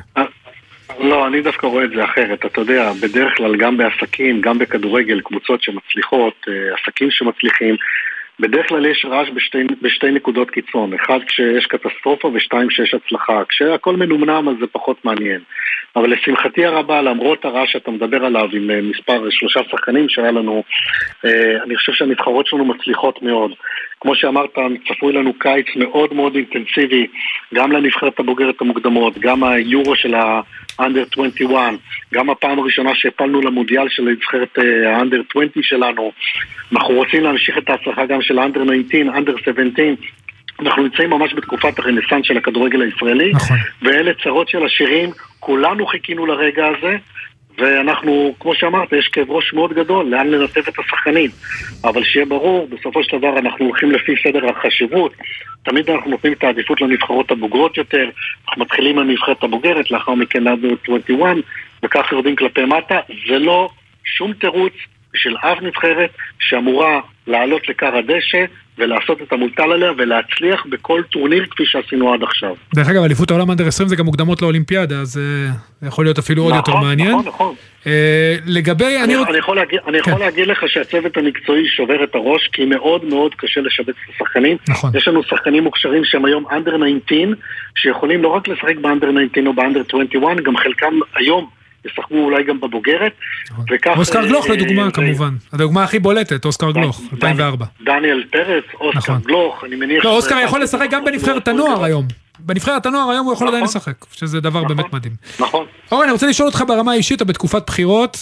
לא, אני דווקא רואה את זה אחרת. אתה יודע, בדרך כלל גם בעסקים, גם בכדורגל, קבוצות שמצליחות, עסקים שמצליחים, בדרך כלל יש רעש בשתי, בשתי נקודות קיצון. אחד כשיש קטסטרופה ושתיים כשיש הצלחה. כשהכל מנומנם אז זה פחות מעניין. אבל לשמחתי הרבה, למרות הרעש שאתה מדבר עליו עם מספר שלושה שחקנים שהיה לנו, אני חושב שהנבחרות שלנו מצליחות מאוד. כמו שאמרת, צפוי לנו קיץ מאוד מאוד אינטנסיבי, גם לנבחרת הבוגרת המוקדמות, גם היורו של ה-אנדר עשרים ואחת, גם הפעם הראשונה שהפלנו למונדיאל של הנבחרת ה-אנדר עשרים שלנו. אנחנו רוצים להמשיך את ההצלחה גם של ה-אנדר תשע עשרה, אנדר שבע עשרה, אנחנו נמצאים ממש בתקופת הרנסנס של הכדורגל הישראלי, נכון. ואלה צרות של השירים, כולנו חיכינו לרגע הזה, ואנחנו, כמו שאמרת, יש כאב ראש מאוד גדול, לאן לנתב את השחקנים. אבל שיהיה ברור, בסופו של דבר אנחנו הולכים לפי סדר החשיבות. תמיד אנחנו נותנים את העדיפות לנבחרות הבוגרות יותר, אנחנו מתחילים לנבחרת הבוגרת, לאחר מכן לאנדר עשרים ואחת, וכך יורדים כלפי מטה. זה לא שום תירוץ של אף נבחרת שאמורה לעלות לקר הדשא, ולעשות את המוטל עליה, ולהצליח בכל טורניר כפי שעשינו עד עכשיו. דרך אגב, אליפות העולם אנדר עשרים זה גם מוקדמות לאולימפיאדה, אז זה יכול להיות אפילו עוד יותר מעניין. נכון, נכון. לגבי... אני יכול להגיד לך שהצוות המקצועי שובר את הראש, כי מאוד מאוד קשה לשבץ את השחקנים. יש לנו שחקנים מוכשרים שהם היום אנדר תשע עשרה, שיכולים לא רק לשחק באנדר תשע עשרה או באנדר עשרים ואחת, גם חלקם היום ישחקו אולי גם בבוגרת. אוסקר גלוך לדוגמה כמובן, הדוגמה הכי בולטת, אוסקר גלוך, אלפיים וארבע. דניאל פרץ, אוסקר גלוך, אני מניח... לא, אוסקר יכול לשחק גם בנבחרת הנוער היום. בנבחרת הנוער היום הוא יכול עדיין לשחק, שזה דבר באמת מדהים. נכון. אורן, אני רוצה לשאול אותך ברמה האישית, בתקופת בחירות,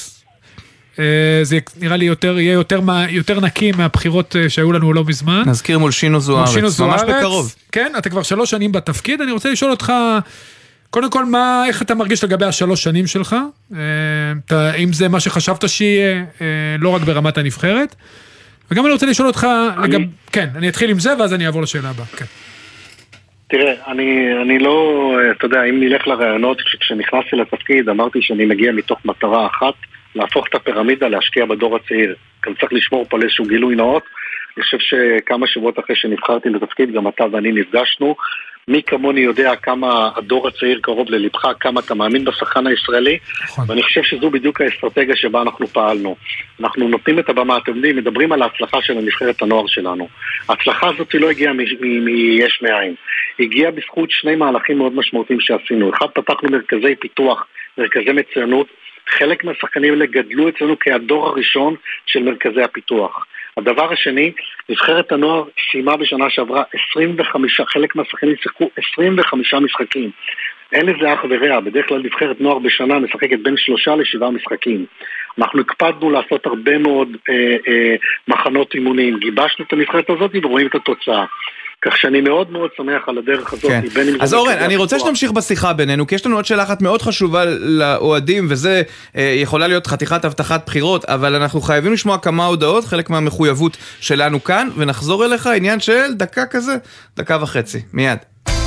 זה נראה לי יהיה יותר נקי מהבחירות שהיו לנו לא מזמן. נזכיר מול שינו זוארץ, ממש בקרוב. כן, אתה כבר שלוש שנים בתפקיד, אני רוצה לשאול אותך... קודם כל, מה, איך אתה מרגיש לגבי השלוש שנים שלך? אתה, אם זה מה שחשבת שיהיה, לא רק ברמת הנבחרת. וגם אני רוצה לשאול אותך, אני... לגב... כן, אני אתחיל עם זה, ואז אני אעבור לשאלה הבאה. כן. תראה, אני, אני לא, אתה יודע, אם נלך לרעיונות, כשנכנסתי לתפקיד, אמרתי שאני מגיע מתוך מטרה אחת, להפוך את הפירמידה, להשקיע בדור הצעיר. גם צריך לשמור פה לאיזשהו גילוי נאות. אני חושב שכמה שבועות אחרי שנבחרתי לתפקיד, גם אתה ואני נפגשנו, מי כמוני יודע כמה הדור הצעיר קרוב ללבך, כמה אתה מאמין בשחקן הישראלי, ואני חושב שזו בדיוק האסטרטגיה שבה אנחנו פעלנו. אנחנו נותנים את הבמה, אתם יודעים, מדברים על ההצלחה של הנבחרת הנוער שלנו. ההצלחה הזאת לא הגיעה מיש מאין. הגיעה בזכות שני מהלכים מאוד משמעותיים שעשינו. אחד, פתחנו מרכזי פיתוח, מרכזי מצוינות. חלק מהשחקנים האלה גדלו אצלנו כהדור הראשון של מרכזי הפיתוח. הדבר השני, נבחרת הנוער סיימה בשנה שעברה עשרים וחמישה, חלק מהשחקנים שיחקו עשרים וחמישה משחקים. אין לזה אח ורע, בדרך כלל נבחרת נוער בשנה משחקת בין שלושה לשבעה משחקים. אנחנו הקפדנו לעשות הרבה מאוד אה, אה, מחנות אימונים, גיבשנו את הנבחרת הזאת ורואים את התוצאה. כך שאני מאוד מאוד שמח על הדרך הזאת. כן. אז אורן, אני רוצה שנמשיך בשיחה בינינו, כי יש לנו עוד שאלה אחת מאוד חשובה לאוהדים, וזה אה, יכולה להיות חתיכת הבטחת בחירות, אבל אנחנו חייבים לשמוע כמה הודעות, חלק מהמחויבות שלנו כאן, ונחזור אליך עניין של דקה כזה, דקה וחצי, מיד.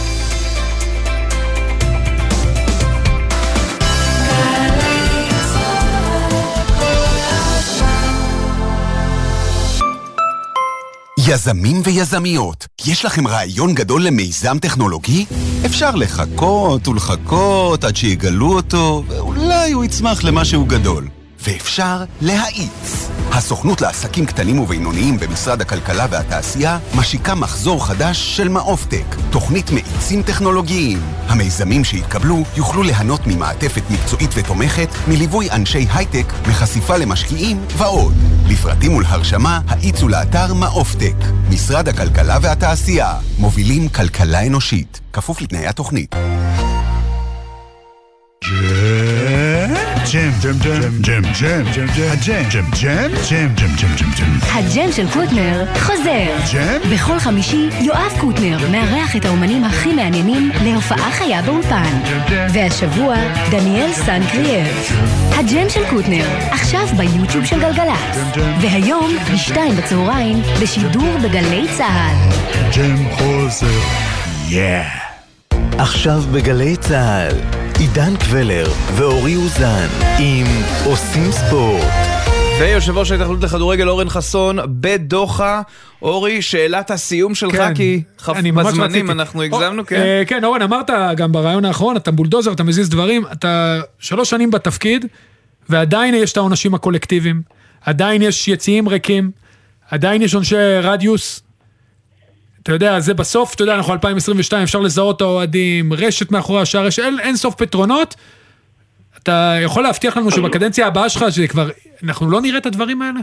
יזמים ויזמיות, יש לכם רעיון גדול למיזם טכנולוגי? אפשר לחכות ולחכות עד שיגלו אותו, ואולי הוא יצמח למשהו גדול. ואפשר להאיץ. הסוכנות לעסקים קטנים ובינוניים במשרד הכלכלה והתעשייה משיקה מחזור חדש של מאופטק, תוכנית מאיצים טכנולוגיים. המיזמים שהתקבלו יוכלו ליהנות ממעטפת מקצועית ותומכת, מליווי אנשי הייטק, מחשיפה למשקיעים ועוד. לפרטים ולהרשמה, האיצו לאתר מאופטק. משרד הכלכלה והתעשייה, מובילים כלכלה אנושית, כפוף לתנאי התוכנית. ג'ם, ג'ם, ג'ם, ג'ם, ג'ם, ג'ם, ג'ם, ג'ם, ג'ם, ג'ם, ג'ם, ג'ם, ג'ם, ג'ם. הג'ם של קוטנר חוזר. ג'ם? בכל חמישי יואב קוטנר מארח את האומנים הכי מעניינים להופעה חיה באולפן. והשבוע דניאל סנקריאב. הג'ם של קוטנר, עכשיו ביוטיוב של גלגלצ. והיום בשתיים בצהריים בשידור בגלי צהל. ג'ם חוזר. יאה. עכשיו בגלי צהל, עידן קבלר ואורי אוזן עם עושים ספורט. ויושב ראש ההתאחדות לכדורגל אורן חסון בדוחה. אורי, שאלת הסיום שלך, כן, כי חפ... בזמנים רציתי. אנחנו הגזמנו, או, כן? אה, כן, אורן, אמרת גם ברעיון האחרון, אתה בולדוזר, אתה מזיז דברים, אתה שלוש שנים בתפקיד, ועדיין יש את העונשים הקולקטיביים, עדיין יש יציאים ריקים, עדיין יש עונשי רדיוס, אתה יודע, זה בסוף, אתה יודע, אנחנו אלפיים עשרים ושתיים, אפשר לזהות את האוהדים, רשת מאחורי השאר, יש אין, אין סוף פתרונות. אתה יכול להבטיח לנו שבקדנציה הבאה שלך, שכבר, אנחנו לא נראה את הדברים האלה?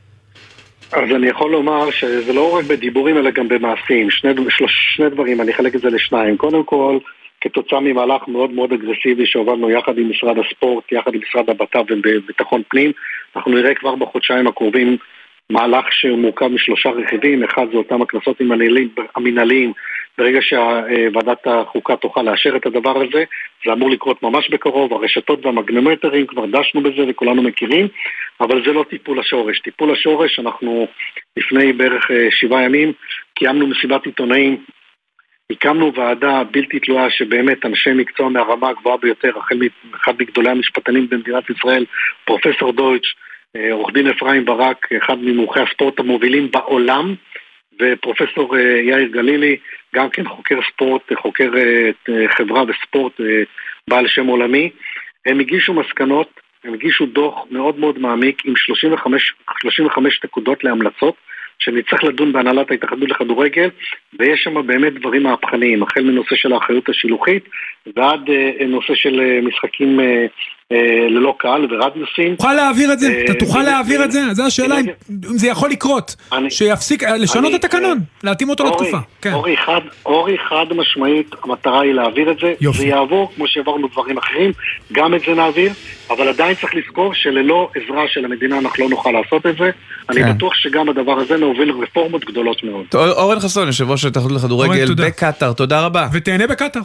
אז אני יכול לומר שזה לא רק בדיבורים, אלא גם במעשים. שני, שלוש, שני דברים, אני אחלק את זה לשניים. קודם כל, כתוצאה ממהלך מאוד מאוד אגרסיבי, שהובלנו יחד עם משרד הספורט, יחד עם משרד הבט"פ וביטחון פנים, אנחנו נראה כבר בחודשיים הקרובים, מהלך שמורכב משלושה רכיבים. אחד זה אותם הקנסות המנהליים, ברגע שוועדת החוקה תוכל לאשר את הדבר הזה, זה אמור לקרות ממש בקרוב. הרשתות והמגנומטרים כבר דשנו בזה וכולנו מכירים, אבל זה לא טיפול השורש. טיפול השורש, אנחנו לפני בערך שבעה ימים קיימנו מסיבת עיתונאים, הקמנו ועדה בלתי תלויה שבאמת אנשי מקצוע מהרמה הגבוהה ביותר, החל מאחד מגדולי המשפטנים במדינת ישראל, פרופסור דויטש, עורך דין אפרים ברק, אחד ממומחי הספורט המובילים בעולם, ופרופסור יאיר גלילי, גם כן חוקר ספורט, חוקר חברה וספורט, בעל שם עולמי. הם הגישו מסקנות, הם הגישו דוח מאוד מאוד מעמיק עם שלושים וחמש נקודות להמלצות, שנצטרך לדון בהנהלת ההתאחדות לכדורגל, ויש שם באמת דברים מהפכניים, החל מנושא של האחריות השילוחית, ועד נושא של משחקים ללא קהל ורדיוסים. תוכל להעביר את זה? אתה תוכל להעביר את זה? זו השאלה אם זה יכול לקרות. שיפסיק, לשנות את התקנון, להתאים אותו לתקופה. אורי חד משמעית, המטרה היא להעביר את זה. זה יעבור, כמו שעברנו דברים אחרים, גם את זה נעביר, אבל עדיין צריך לזכור שללא עזרה של המדינה אנחנו לא נוכל לעשות את זה. אני בטוח שגם הדבר הזה נוביל רפורמות גדולות מאוד. אורן חסון, יושב ראש ההתאחדות לכדורגל בקטר, תודה רבה. ותהנה בקטר.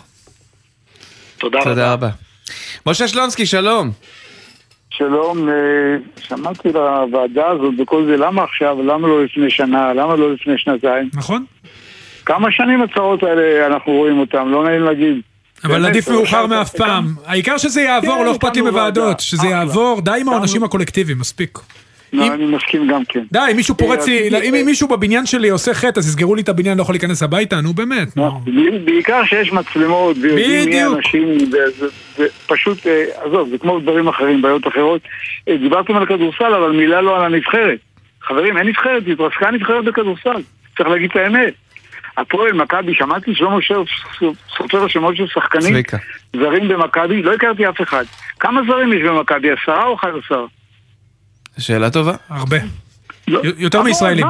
תודה רבה. משה שלונסקי, שלום. שלום, שמעתי לוועדה הזאת וכל זה, למה עכשיו, למה לא לפני שנה, למה לא לפני שנתיים? נכון. כמה שנים הצעות האלה אנחנו רואים אותם, לא נעים להגיד. אבל עדיף מאוחר מאף פעם. העיקר שזה יעבור, לא אכפת לי מוועדות, שזה יעבור, די עם העונשים הקולקטיביים, מספיק. אני מסכים גם כן. די, אם מישהו פורץ לי, אם מישהו בבניין שלי עושה חטא, אז יסגרו לי את הבניין, לא יכול להיכנס הביתה, נו באמת. בעיקר שיש מצלמות, ויודעים מי אנשים, פשוט, עזוב, זה כמו דברים אחרים, בעיות אחרות. דיברתם על כדורסל, אבל מילה לא על הנבחרת. חברים, אין נבחרת, התרסקה נבחרת בכדורסל. צריך להגיד את האמת. הפועל, מכבי, שמעתי שלמה סופר שמות של שחקנים זרים במכבי, לא הכרתי אף אחד. כמה זרים יש במכבי? עשרה או אחד עשר? שאלה טובה. הרבה. יותר מישראלים.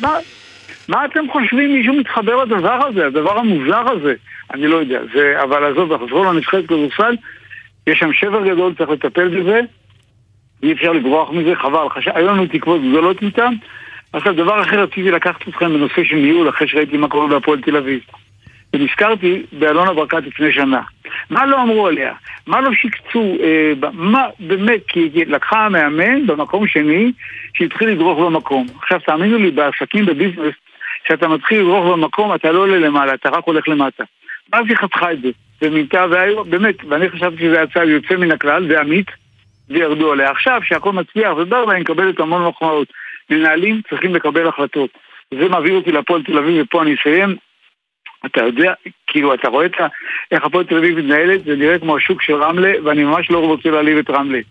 מה אתם חושבים מישהו מתחבר לדבר הזה, הדבר המוזר הזה? אני לא יודע. אבל עזוב, בחזור לנבחרת כדורסל, יש שם שבר גדול, צריך לטפל בזה, אי אפשר לברוח מזה, חבל. היו לנו תקוות גדולות איתם. עכשיו, דבר אחר רציתי לקחת אתכם בנושא של ניהול, אחרי שראיתי מה קורה בהפועל תל אביב. ונזכרתי באלונה ברקת לפני שנה. מה לא אמרו עליה? מה לא שיקצו? אה, מה באמת? כי לקחה המאמן במקום שני, שהתחיל לדרוך במקום. עכשיו, תאמינו לי, בעסקים, בביזנס, שאתה מתחיל לדרוך במקום, אתה לא עולה למעלה, אתה רק הולך למטה. ואז היא חתכה את זה. ומינתה, והיו, באמת, ואני חשבתי שזה היה צעד יוצא מן הכלל, זה אמיץ, וירדו עליה. עכשיו, שהכל מצליח, ובר, ואני מקבלת המון מחמאות. מנהלים צריכים לקבל החלטות. זה מעביר אותי לפועל תל אביב, ופה אני אסיים. אתה יודע, כאילו, אתה רואה את איך הפועל תל אביב מתנהלת, זה נראה כמו השוק של רמלה, ואני ממש לא רוצה להעליב את רמלה.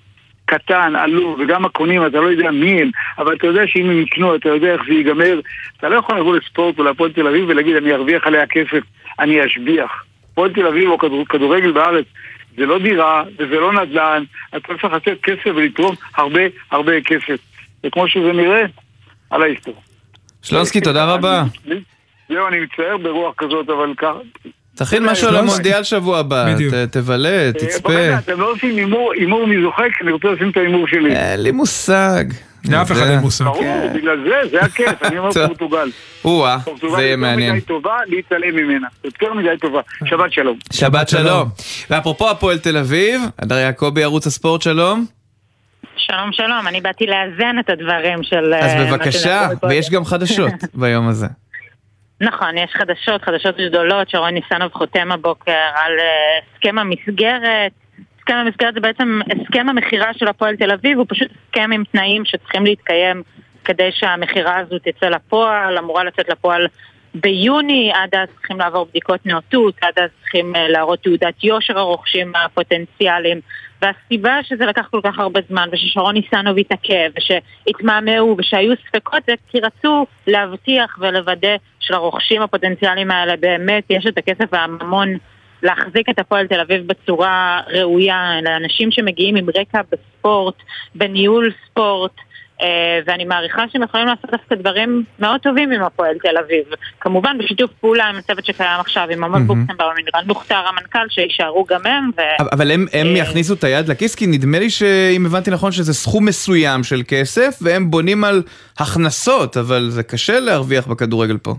קטן, עלוב, וגם הקונים, אתה לא יודע מי הם, אבל אתה יודע שאם הם יקנו, אתה יודע איך זה ייגמר. אתה לא יכול לבוא לספורט או להפועל תל אביב ולהגיד, אני ארוויח עליה כסף, אני אשביח. הפועל תל אביב או כדור, כדורגל בארץ, זה לא דירה, וזה לא נדל"ן, אתה צריך לתת כסף ולתרום הרבה הרבה כסף. וכמו שזה נראה, על ההיסטור. שלונסקי, תודה רבה. זהו, אני מצטער ברוח כזאת, אבל ככה... תכין משהו על המונדיאל שבוע הבא, תבלה, תצפה. אתם לא עושים הימור מי זוחק, אני רוצה לשים את ההימור שלי. אין לי מושג. לאף אחד אין מושג. ברור, בגלל זה, זה הכיף, אני אומר פורטוגל. או-אה, זה יהיה מעניין. פורטוגל יותר מדי טובה, להתעלם ממנה. יותר מדי טובה. שבת שלום. שבת שלום. ואפרופו הפועל תל אביב, הדר יעקבי, ערוץ הספורט, שלום. שלום שלום, אני באתי לאזן את הדברים של... אז בבקשה, ויש גם חדשות ביום הזה. נכון, יש חדשות, חדשות גדולות, שרון ניסנוב חותם הבוקר על הסכם המסגרת. הסכם המסגרת זה בעצם הסכם המחירה של הפועל תל אביב, הוא פשוט הסכם עם תנאים שצריכים להתקיים כדי שהמחירה הזו תצא לפועל, אמורה לצאת לפועל ביוני, עד אז צריכים לעבור בדיקות נאותות, עד אז צריכים להראות תעודת יושר הרוכשים הפוטנציאליים, והסיבה שזה לקח כל כך הרבה זמן, וששרון ניסנוב התעכב, ושהתמהמהו, ושהיו ספקות, זה כי רצו להבטיח ולוודא שלרוכשים הפוטנציאליים האלה באמת יש את הכסף והממון להחזיק את הפועל תל אביב בצורה ראויה, לאנשים שמגיעים עם רקע בספורט, בניהול ספורט, ואני מעריכה שהם יכולים לעשות דווקא דברים מאוד טובים עם הפועל תל אביב. כמובן בשיתוף פעולה עם הצוות שקיים עכשיו, עם עמוד בוקסנבאום, עם רן מוכתר המנכ"ל, שישארו גם הם. אבל הם יכניסו את היד לכיס, כי נדמה לי שאם הבנתי נכון שזה סכום מסוים של כסף, והם בונים על הכנסות, אבל זה קשה להרוויח בכדורגל פה.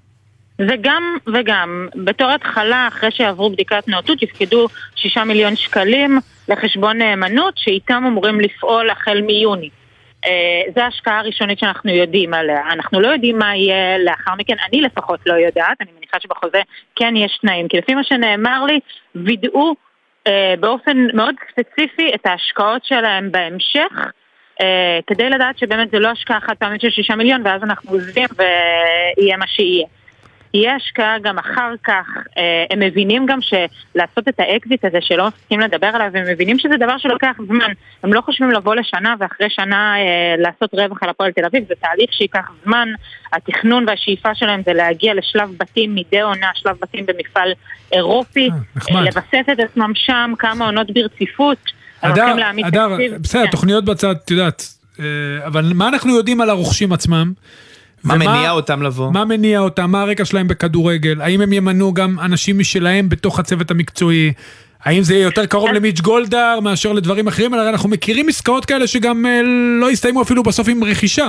וגם, וגם, בתור התחלה, אחרי שעברו בדיקת נאותות, יפקדו שישה מיליון שקלים לחשבון נאמנות, שאיתם אמורים לפעול החל מיוני. זו ההשקעה הראשונית שאנחנו יודעים עליה. אנחנו לא יודעים מה יהיה לאחר מכן, אני לפחות לא יודעת, אני מניחה שבחוזה כן יש תנאים, כי לפי מה שנאמר לי, וידאו באופן מאוד ספציפי את ההשקעות שלהם בהמשך, כדי לדעת שבאמת זה לא השקעה חד פעמית של שישה מיליון, ואז אנחנו עוזבים ויהיה מה שיהיה. יהיה השקעה גם אחר כך, הם מבינים גם שלעשות את האקזיט הזה שלא מפסיקים לדבר עליו, הם מבינים שזה דבר שלוקח זמן, הם לא חושבים לבוא לשנה ואחרי שנה לעשות רווח על הפועל תל אביב, זה תהליך שיקח זמן, התכנון והשאיפה שלהם זה להגיע לשלב בתים מדי עונה, שלב בתים במפעל אירופי, לבסס את עצמם שם, כמה עונות ברציפות, אדר, אדר, בסדר, תוכניות בצד, את יודעת, אבל מה אנחנו יודעים על הרוכשים עצמם? מה מניע אותם לבוא? מה מניע אותם? מה הרקע שלהם בכדורגל? האם הם ימנו גם אנשים משלהם בתוך הצוות המקצועי? האם זה יהיה יותר קרוב למיץ' גולדהר מאשר לדברים אחרים? אלא אנחנו מכירים עסקאות כאלה שגם לא הסתיימו אפילו בסוף עם רכישה.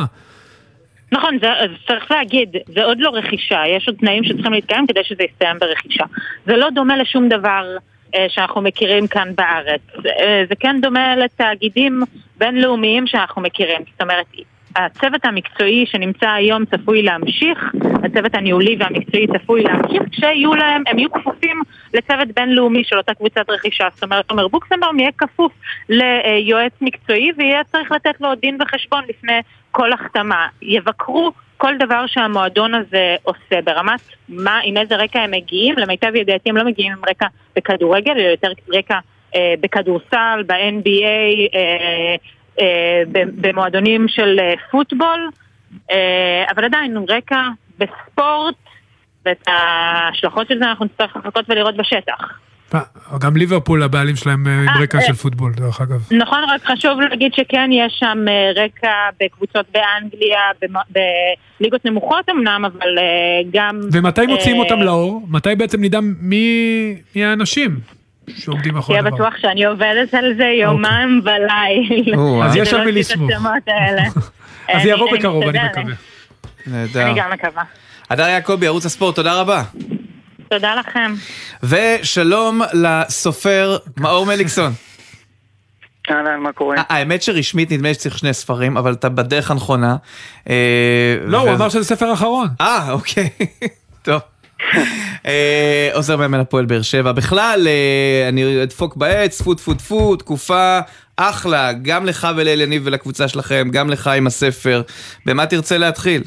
נכון, זה, זה צריך להגיד, זה עוד לא רכישה, יש עוד תנאים שצריכים להתקיים כדי שזה יסתיים ברכישה. זה לא דומה לשום דבר אה, שאנחנו מכירים כאן בארץ. זה, אה, זה כן דומה לתאגידים בינלאומיים שאנחנו מכירים. זאת אומרת, הצוות המקצועי שנמצא היום צפוי להמשיך, הצוות הניהולי והמקצועי צפוי להמשיך, כשיהיו להם, הם יהיו כפופים לצוות בינלאומי של אותה קבוצת רכישה. זאת אומרת, עומר בוקסנבאום יהיה כפוף ליועץ מקצועי, ויהיה צריך לתת לו דין וחשבון לפני כל החתמה. יבקרו כל דבר שהמועדון הזה עושה, ברמת מה, עם איזה רקע הם מגיעים, למיטב ידיעתי הם לא מגיעים עם רקע בכדורגל, אלא יותר רקע אה, בכדורסל, ב-אן בי איי, אה, במועדונים של פוטבול, אבל עדיין רקע בספורט, ואת ההשלכות של זה אנחנו נצטרך לחכות ולראות בשטח. גם ליברפול הבעלים שלהם עם רקע של פוטבול, דרך אגב. נכון, רק חשוב להגיד שכן יש שם רקע בקבוצות באנגליה, בליגות נמוכות אמנם, אבל גם... ומתי מוציאים אותם לאור? מתי בעצם נדע מי האנשים? תהיה בטוח שאני עובדת על זה יומם וליל. אז יש שם מלסמוך. אז זה יבוא בקרוב, אני מקווה. אני גם מקווה. הדר יעקבי, ערוץ הספורט, תודה רבה. תודה לכם. ושלום לסופר מאור מליקסון. אהלן, מה קורה? האמת שרשמית נדמה שצריך שני ספרים, אבל אתה בדרך הנכונה. לא, הוא אמר שזה ספר אחרון. אה, אוקיי. טוב. עוזר מאמן הפועל באר שבע. בכלל, אני אדפוק בעץ, פוט פוט פוט, תקופה אחלה, גם לך ולאלניב ולקבוצה שלכם, גם לך עם הספר. במה תרצה להתחיל?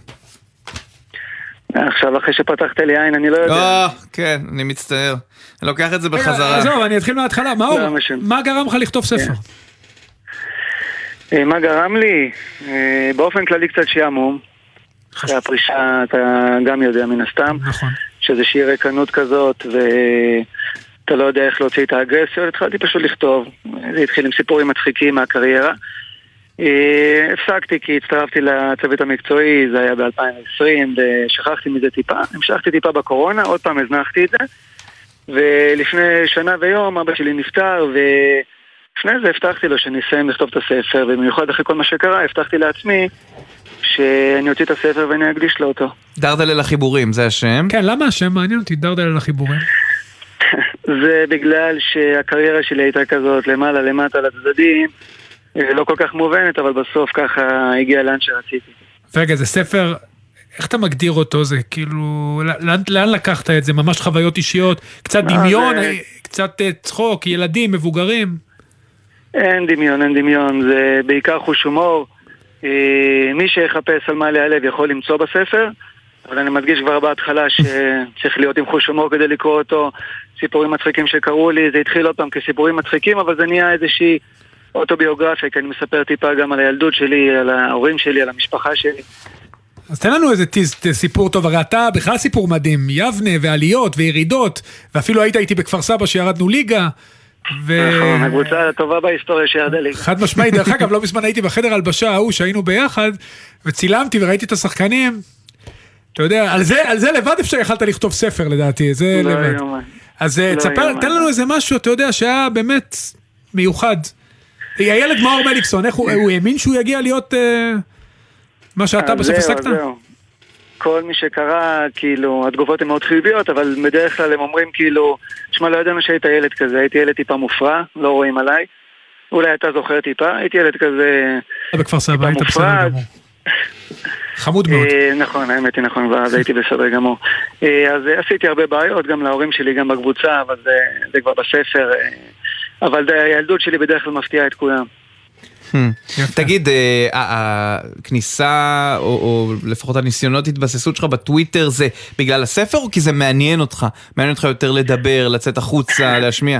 עכשיו אחרי שפתחת לי עין, אני לא יודע. אה, כן, אני מצטער. אני לוקח את זה בחזרה. עזוב, אני אתחיל מההתחלה. מה גרם לך לכתוב ספר? מה גרם לי? באופן כללי קצת שעמום. אחרי הפרישה אתה גם יודע מן הסתם. נכון. שזה שהיא ריקנות כזאת, ואתה לא יודע איך להוציא את האגרסיות, התחלתי פשוט לכתוב. זה התחיל עם סיפורים מצחיקים מהקריירה. הפסקתי כי הצטרפתי לצוות המקצועי, זה היה ב-אלפיים ועשרים, ושכחתי מזה טיפה. המשכתי טיפה בקורונה, עוד פעם הזנחתי את זה. ולפני שנה ויום אבא שלי נפטר, ולפני זה הבטחתי לו שאני אסיים לכתוב את הספר, ובמיוחד אחרי כל מה שקרה, הבטחתי לעצמי שאני אוציא את הספר ואני אקדיש לו אותו. דרדלה לחיבורים, זה השם? כן, למה השם? מעניין אותי, דרדלה לחיבורים. זה בגלל שהקריירה שלי הייתה כזאת, למעלה, למטה, לצדדים, לא כל כך מובנת, אבל בסוף ככה הגיע לאן שרציתי. רגע, זה ספר, איך אתה מגדיר אותו? זה כאילו, לאן, לאן לקחת את זה? ממש חוויות אישיות? קצת דמיון, זה... קצת צחוק, ילדים, מבוגרים? אין דמיון, אין דמיון, זה בעיקר חוש הומור. מי שיחפש על מה להיעלב יכול למצוא בספר, אבל אני מדגיש כבר בהתחלה שצריך להיות עם חוש הומור כדי לקרוא אותו. סיפורים מצחיקים שקראו לי, זה התחיל עוד פעם כסיפורים מצחיקים, אבל זה נהיה איזושהי אוטוביוגרפיה, כי אני מספר טיפה גם על הילדות שלי, על ההורים שלי, על המשפחה שלי. אז תן לנו איזה סיפור טוב, הרי אתה בכלל סיפור מדהים, יבנה ועליות וירידות, ואפילו היית איתי בכפר סבא שירדנו ליגה, נכון, הקבוצה הטובה בהיסטוריה שירדה ליגה. חד משמעי, דרך אגב, לא בזמן הייתי בחדר הלבשה ההוא שהיינו ביחד, וצילמתי וראיתי את השחקנים, אתה יודע, על זה, על זה לבד אפשר יכלת לכתוב ספר לדעתי, זה לבד. אז תספר, תן לנו איזה משהו, אתה יודע, שהיה באמת מיוחד. הילד מאור מליקסון, איך הוא האמין שהוא יגיע להיות מה שאתה בסוף עסקת? כל מי שקרא, כאילו, התגובות הן מאוד חיוביות, אבל בדרך כלל הם אומרים, כאילו, שמה, לא ידענו שהיית ילד כזה, הייתי ילד טיפה מופרע, לא רואים עליי, אולי אתה זוכר טיפה, הייתי ילד כזה בכפר סבא, היית בסדר גמור. חמוד מאוד. נכון, האמת היא נכון, ואז הייתי בסדר גמור. אז עשיתי הרבה בעיות, גם להורים שלי, גם בקבוצה, אבל זה כבר בספר, אבל הילדות שלי בדרך כלל מפתיעה את כולם. תגיד, הכניסה או לפחות הניסיונות התבססות שלך בטוויטר זה בגלל הספר או כי זה מעניין אותך? מעניין אותך יותר לדבר, לצאת החוצה, להשמיע?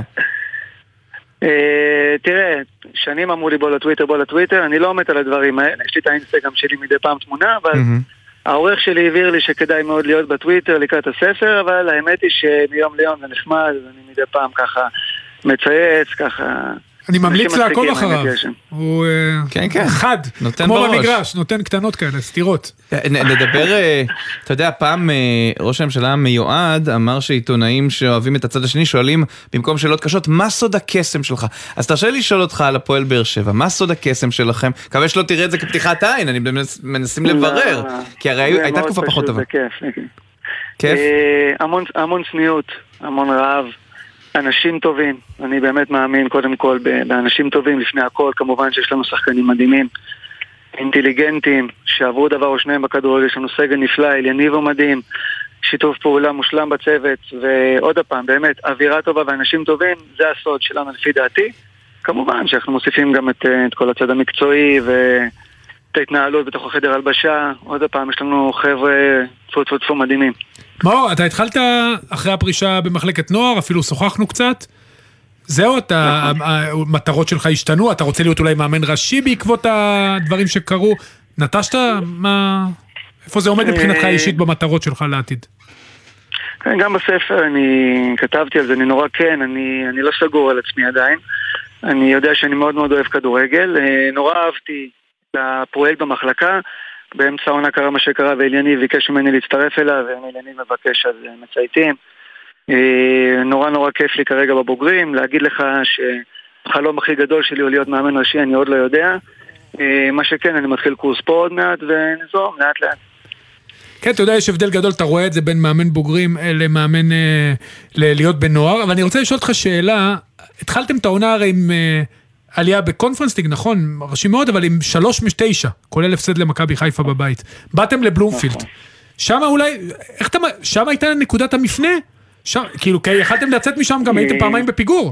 תראה, שנים אמרו לי בוא לטוויטר, בוא לטוויטר, אני לא עומד על הדברים האלה, יש לי את האינסטגרם שלי מדי פעם תמונה, אבל העורך שלי העביר לי שכדאי מאוד להיות בטוויטר לקראת הספר, אבל האמת היא שמיום ליום זה נחמד, אני מדי פעם ככה מצייץ, ככה... אני ממליץ לעקוב אחריו, הוא חד, כמו במגרש, נותן קטנות כאלה, סתירות. נדבר, אתה יודע, פעם ראש הממשלה המיועד אמר שעיתונאים שאוהבים את הצד השני שואלים במקום שאלות קשות, מה סוד הקסם שלך? אז תרשה לי לשאול אותך על הפועל באר שבע, מה סוד הקסם שלכם? מקווה שלא תראה את זה כפתיחת עין, אני מנסים לברר, כי הרי הייתה תקופה פחות טובה. זה כיף, כיף? המון צניעות, המון רעב. אנשים טובים, אני באמת מאמין קודם כל באנשים טובים לפני הכל, כמובן שיש לנו שחקנים מדהימים, אינטליגנטים, שעברו דבר או שניים בכדורגל, יש לנו סגל נפלא, אליניב ומדהים, שיתוף פעולה מושלם בצוות, ועוד הפעם, באמת, אווירה טובה ואנשים טובים, זה הסוד שלנו לפי דעתי, כמובן שאנחנו מוסיפים גם את, את כל הצד המקצועי ואת ההתנהלות בתוך החדר הלבשה, עוד הפעם יש לנו חבר'ה תפו תפו תפו מדהימים. מאור, אתה התחלת אחרי הפרישה במחלקת נוער, אפילו שוחחנו קצת. זהו, המטרות שלך השתנו, אתה רוצה להיות אולי מאמן ראשי בעקבות הדברים שקרו. נטשת, מה... איפה זה עומד מבחינתך אישית במטרות שלך לעתיד? גם בספר אני כתבתי על זה, אני נורא כן, אני, אני לא סגור על עצמי עדיין. אני יודע שאני מאוד מאוד אוהב כדורגל, נורא אהבתי את הפרויקט במחלקה, באמצע העונה קרה מה שקרה, ואליניב ביקש ממני להצטרף אליו, ואליניב מבקש אז מצייתים. נורא נורא כיף לי כרגע בבוגרים, להגיד לך שהחלום הכי גדול שלי הוא להיות מאמן ראשי, אני עוד לא יודע. מה שכן, אני מתחיל קורס פה עוד מעט, ונזום לאט לאט. כן, אתה יודע, יש הבדל גדול, אתה רואה את זה בין מאמן בוגרים למאמן להיות בנוער, אבל אני רוצה לשאול אותך שאלה, התחלתם את העונה הרי עם... עלייה בקונפרנס ליג, נכון, ראשי מאוד, אבל עם שלוש משתישה, כולל הפסד למכבי חיפה בבית. באתם לבלומפילד. שם אולי, איך אתה, שם הייתה נקודת המפנה? שם, כאילו, כי יכלתם לצאת משם גם, הייתם פעמיים בפיגור.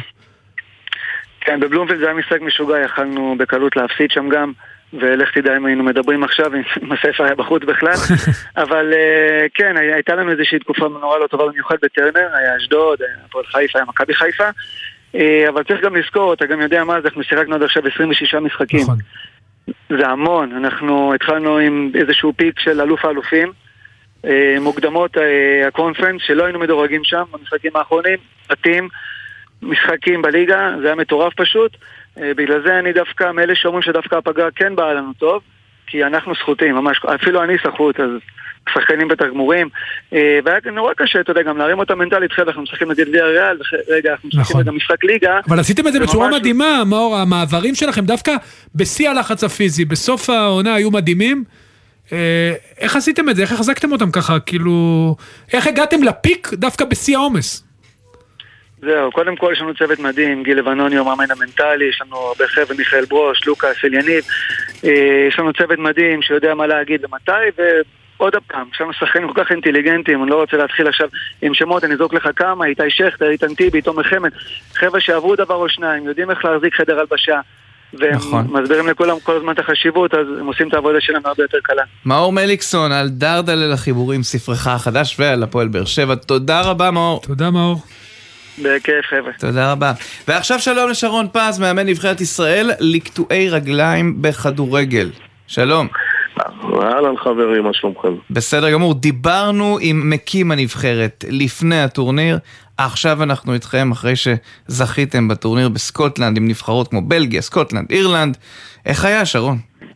כן, בבלומפילד זה היה משחק משוגע, יכלנו בקלות להפסיד שם גם, ולך תדע אם היינו מדברים עכשיו, אם הספר היה בחוץ בכלל. אבל כן, הייתה לנו איזושהי תקופה נורא לא טובה במיוחד בטרנר, היה אשדוד, הפועל חיפה, היה מכבי חיפה. אבל צריך גם לזכור, אתה גם יודע מה זה, אנחנו שיחקנו עד עכשיו עשרים ושישה משחקים. זה המון. אנחנו התחלנו עם איזשהו פיק של אלוף האלופים, מוקדמות הקונפרנס, שלא היינו מדורגים שם במשחקים האחרונים, עתים, משחקים בליגה, זה היה מטורף פשוט. בגלל זה אני דווקא, מאלה שאומרים שדווקא הפגרה כן באה לנו טוב, כי אנחנו זכותים, ממש, אפילו אני זכות, אז שחקנים בתגמורים, והיה נורא קשה, אתה יודע, גם להרים אותה מנטלית, חלק אנחנו משחקים נגד ויאריאל, רגע, אנחנו משחקים את המשחק ליגה. אבל עשיתם את זה בצורה מדהימה, מאור, המעברים שלכם דווקא בשיא הלחץ הפיזי, בסוף העונה היו מדהימים, איך עשיתם את זה? איך החזקתם אותם ככה? כאילו, איך הגעתם לפיק דווקא בשיא העומס? זהו, קודם כל יש לנו צוות מדהים, גיל לבנוני, המאמן המנטלי, יש לנו הרבה חבר'ה, מיכאל ברוש, לוקאס, אליניב, יש לנו צוות מדהים שיודע מה להגיד ומתי, ועוד הפעם, יש לנו שחקנים כל כך אינטליגנטים, אני לא רוצה להתחיל עכשיו עם שמות, אני אזרוק לך כמה, איתי שכטר, איתן טיבי, תומר חמד, חבר'ה שעברו דבר או שניים, יודעים איך להחזיק חדר הלבשה, והם נכון. מסבירים לכולם כל הזמן את החשיבות, אז הם עושים את העבודה שלהם הרבה יותר קלה. מאור מליקסון, על דרדלה לחיבורים, ספרך החדש ועל הפועל באר שבע. תודה רבה, מאור. תודה, מאור. בכיף, חבר'ה. תודה רבה. ועכשיו שלום לשרון פז, מאמן נבחרת ישראל, לקטועי רגליים בכדורגל. שלום. אהלן חברים, מה שלומכם? בסדר גמור, דיברנו עם מקים הנבחרת לפני הטורניר, עכשיו אנחנו איתכם אחרי שזכיתם בטורניר בסקוטלנד עם נבחרות כמו בלגיה, סקוטלנד, אירלנד. איך היה, שרון?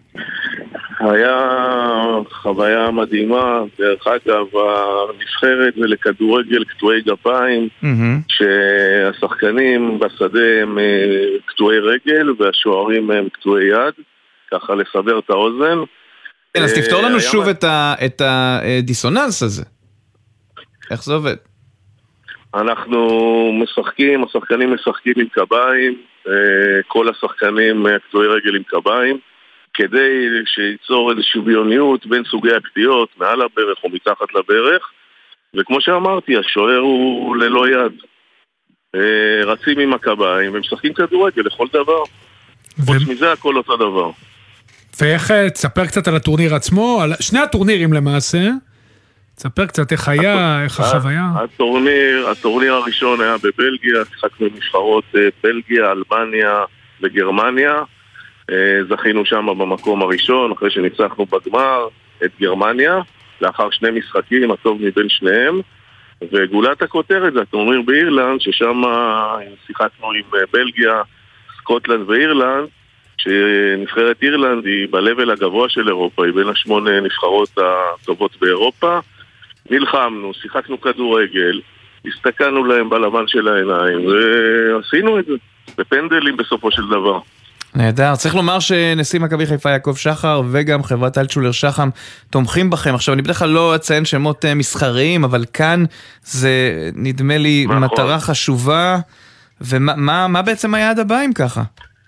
היה חוויה מדהימה, דרך אגב, הנבחרת ולכדורגל קטועי גפיים, mm-hmm. שהשחקנים בשדה הם קטועי רגל והשוערים הם קטועי יד, ככה לסדר את האוזן. כן, אז תפתור לנו שוב את הדיסוננס הזה. איך זה עובד? אנחנו משחקים, השחקנים משחקים עם קביים, כל השחקנים קטועי רגל עם קביים, כדי שיצור איזושהי שוויוניות בין סוגי הקטיעות, מעל הברך או מתחת לברך, וכמו שאמרתי, השוער הוא ללא יד. רצים עם הקביים ומשחקים כדורגל לכל דבר. חוץ מזה הכל אותו דבר. ואיך, תספר קצת על הטורניר עצמו, על שני הטורנירים למעשה, תספר קצת איך היה, איך החוויה. הטורניר, הטורניר הראשון היה בבלגיה, שיחקנו עם נבחרות בלגיה, אלבניה וגרמניה, זכינו שם במקום הראשון, אחרי שניצחנו בגמר את גרמניה, לאחר שני משחקים, הטוב מבין שניהם, וגולת הכותרת זה הטורניר באירלנד, ששם שיחקנו עם בלגיה, סקוטלנד ואירלנד, שנבחרת אירלנד היא בלבל הגבוה של אירופה, היא בין השמונה נבחרות הטובות באירופה. נלחמנו, שיחקנו כדורגל, הסתכלנו להם בלבן של העיניים, ועשינו את זה, בפנדלים בסופו של דבר. נהדר, צריך לומר שנשיא מכבי חיפה יעקב שחר וגם חברת אלטשולר שחם תומכים בכם. עכשיו אני בדרך כלל לא אציין שמות מסחריים, אבל כאן זה נדמה לי נכון. מטרה חשובה, ומה מה, מה בעצם היעד הבא אם ככה?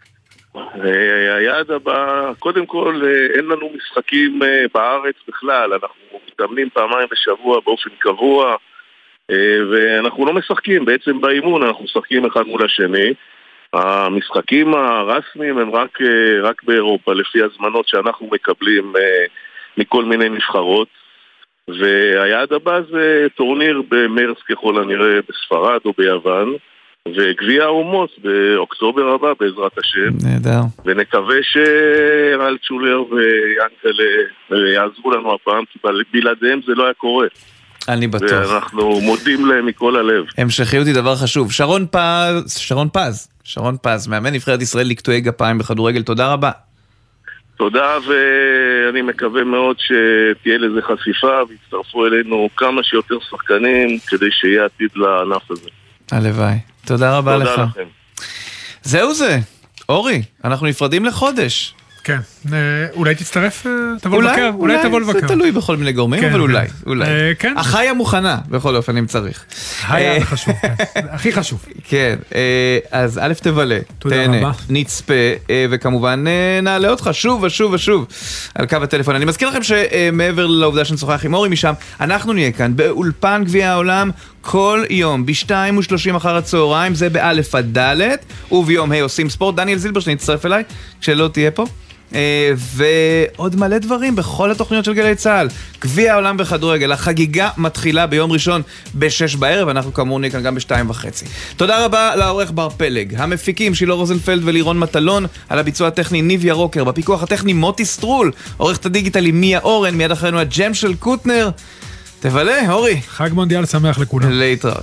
היעד הבא, קודם כל אין לנו משחקים בארץ בכלל, אנחנו מתאמנים פעמיים בשבוע באופן קבוע, ואנחנו לא משחקים, בעצם באימון אנחנו משחקים אחד מול השני. המשחקים הרסמיים הם רק, רק באירופה, לפי הזמנות שאנחנו מקבלים מכל מיני נבחרות, והיעד הבא זה טורניר במרץ ככל הנראה בספרד או ביוון, וגביע האומות באוקטובר הבא בעזרת השם. נהדר. ונקווה שאלטשולר ויאנקלה יעזרו לנו הפעם, כי בלעדיהם זה לא היה קורה. אני בטוח. ואנחנו מודים להם מכל הלב. המשכיות היא דבר חשוב. שרון פז, שרון פז, שרון פז, מאמן נבחרת ישראל לקטועי גפיים בכדורגל, תודה רבה. תודה, ואני מקווה מאוד שתהיה לזה חשיפה, ויצטרפו אלינו כמה שיותר שחקנים, כדי שיהיה עתיד לענף הזה. הלוואי. תודה רבה לך. תודה לכם. זהו זה. אורי, אנחנו נפרדים לחודש. כן, אולי תצטרף, תבוא לבקר, אולי תבוא לבקר. זה תלוי בכל מיני גורמים, אבל אולי, אולי. החיה מוכנה, בכל אופן, אם צריך. החיה חשוב, הכי חשוב. כן, אז א' תבלה, תהנה, נצפה, וכמובן נעלה אותך שוב ושוב ושוב על קו הטלפון. אני מזכיר לכם שמעבר לעובדה שנשוחח עם אורי משם, אנחנו נהיה כאן באולפן גביע העולם כל יום, בשתיים ושלושים אחר הצהריים, זה באלף עד ד', וביום ה' עושים ספורט. דניאל זילברשטיין יצטרף אליי, כשלא תהיה פה. ועוד מלא דברים בכל התוכניות של גלי צהל. גביע העולם בכדורגל, החגיגה מתחילה ביום ראשון בשש בערב, אנחנו כאמור נהיה כאן גם בשתיים וחצי. תודה רבה לעורך בר פלג, המפיקים שילה רוזנפלד ולירון מטלון, על הביצוע הטכני ניב ירוקר, בפיקוח הטכני מוטי סטרול, עורכת הדיגיטל היא מיה אורן, מיד אחרינו הג'ם של קוטנר. תבלה, אורי. חג מונדיאל שמח לכולם. להתראות.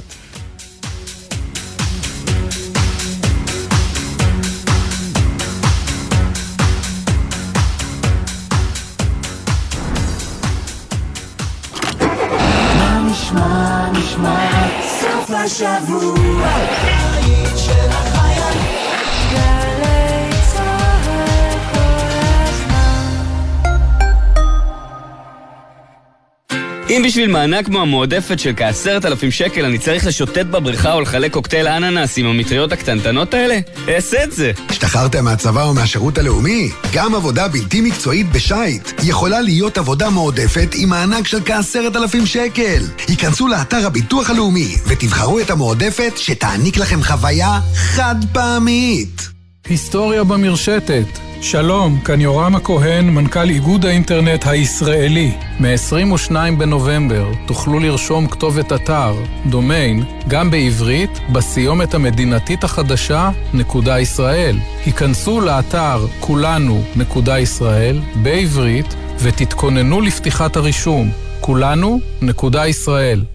נשמע, נשמע, סוף השבוע, היית של החייל, גלי צהל כל הזמן. אם בשביל מענק כמו המועדפת של כעשרת אלפים שקל אני צריך לשוטט בבריכה או לחלק קוקטייל אננס עם המטריות הקטנטנות האלה, אעשה את זה. השתחררתם מהצבא או מהשירות הלאומי? גם עבודה בלתי מקצועית בשייט יכולה להיות עבודה מועדפת עם מענק של כעשרת אלפים שקל. היכנסו לאתר הביטוח הלאומי ותבחרו את המועדפת שתעניק לכם חוויה חד פעמית. היסטוריה במרשתת. שלום, כאן יורם הכהן, מנכ"ל איגוד האינטרנט הישראלי. מ-עשרים ושניים בנובמבר תוכלו לרשום כתובת אתר, דומיין, גם בעברית, בסיומת המדינתית החדשה, נקודה ישראל. היכנסו לאתר כולנו נקודה ישראל, בעברית, ותתכוננו לפתיחת הרישום, כולנו נקודה ישראל.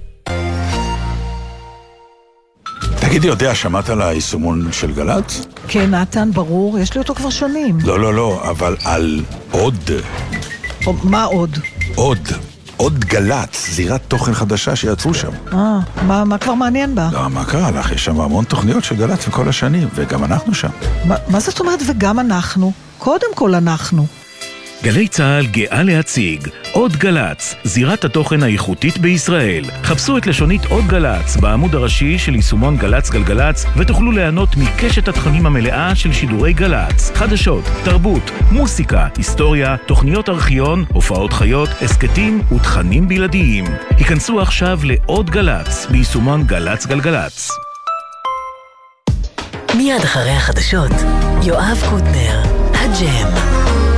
תגידי, יודע, שמעת על היישומון של גל"צ? כן, נתן, ברור, יש לי אותו כבר שנים. לא, לא, לא, אבל על עוד. או, מה עוד? עוד. עוד גל"צ, זירת תוכן חדשה שיצרו שם. אה, מה, מה כבר מעניין בה? לא, מה קרה לך? יש שם המון תוכניות של גל"צ וכל השנים, וגם אנחנו שם. מה, מה זאת אומרת וגם אנחנו? קודם כל אנחנו. גלי צהל גאה להציג עוד גל"צ, זירת התוכן האיכותית בישראל. חפשו את לשונית עוד גל"צ בעמוד הראשי של יישומון גל"צ גלגל"צ ותוכלו ליהנות מקשת התכנים המלאה של שידורי גל"צ. חדשות, תרבות, מוסיקה, היסטוריה, תוכניות ארכיון, הופעות חיות, הסקטים ותכנים בלעדיים. היכנסו עכשיו לעוד גל"צ ביישומון גל"צ גלגל"צ. מיד אחרי החדשות, יואב קוטנר, הג'ם.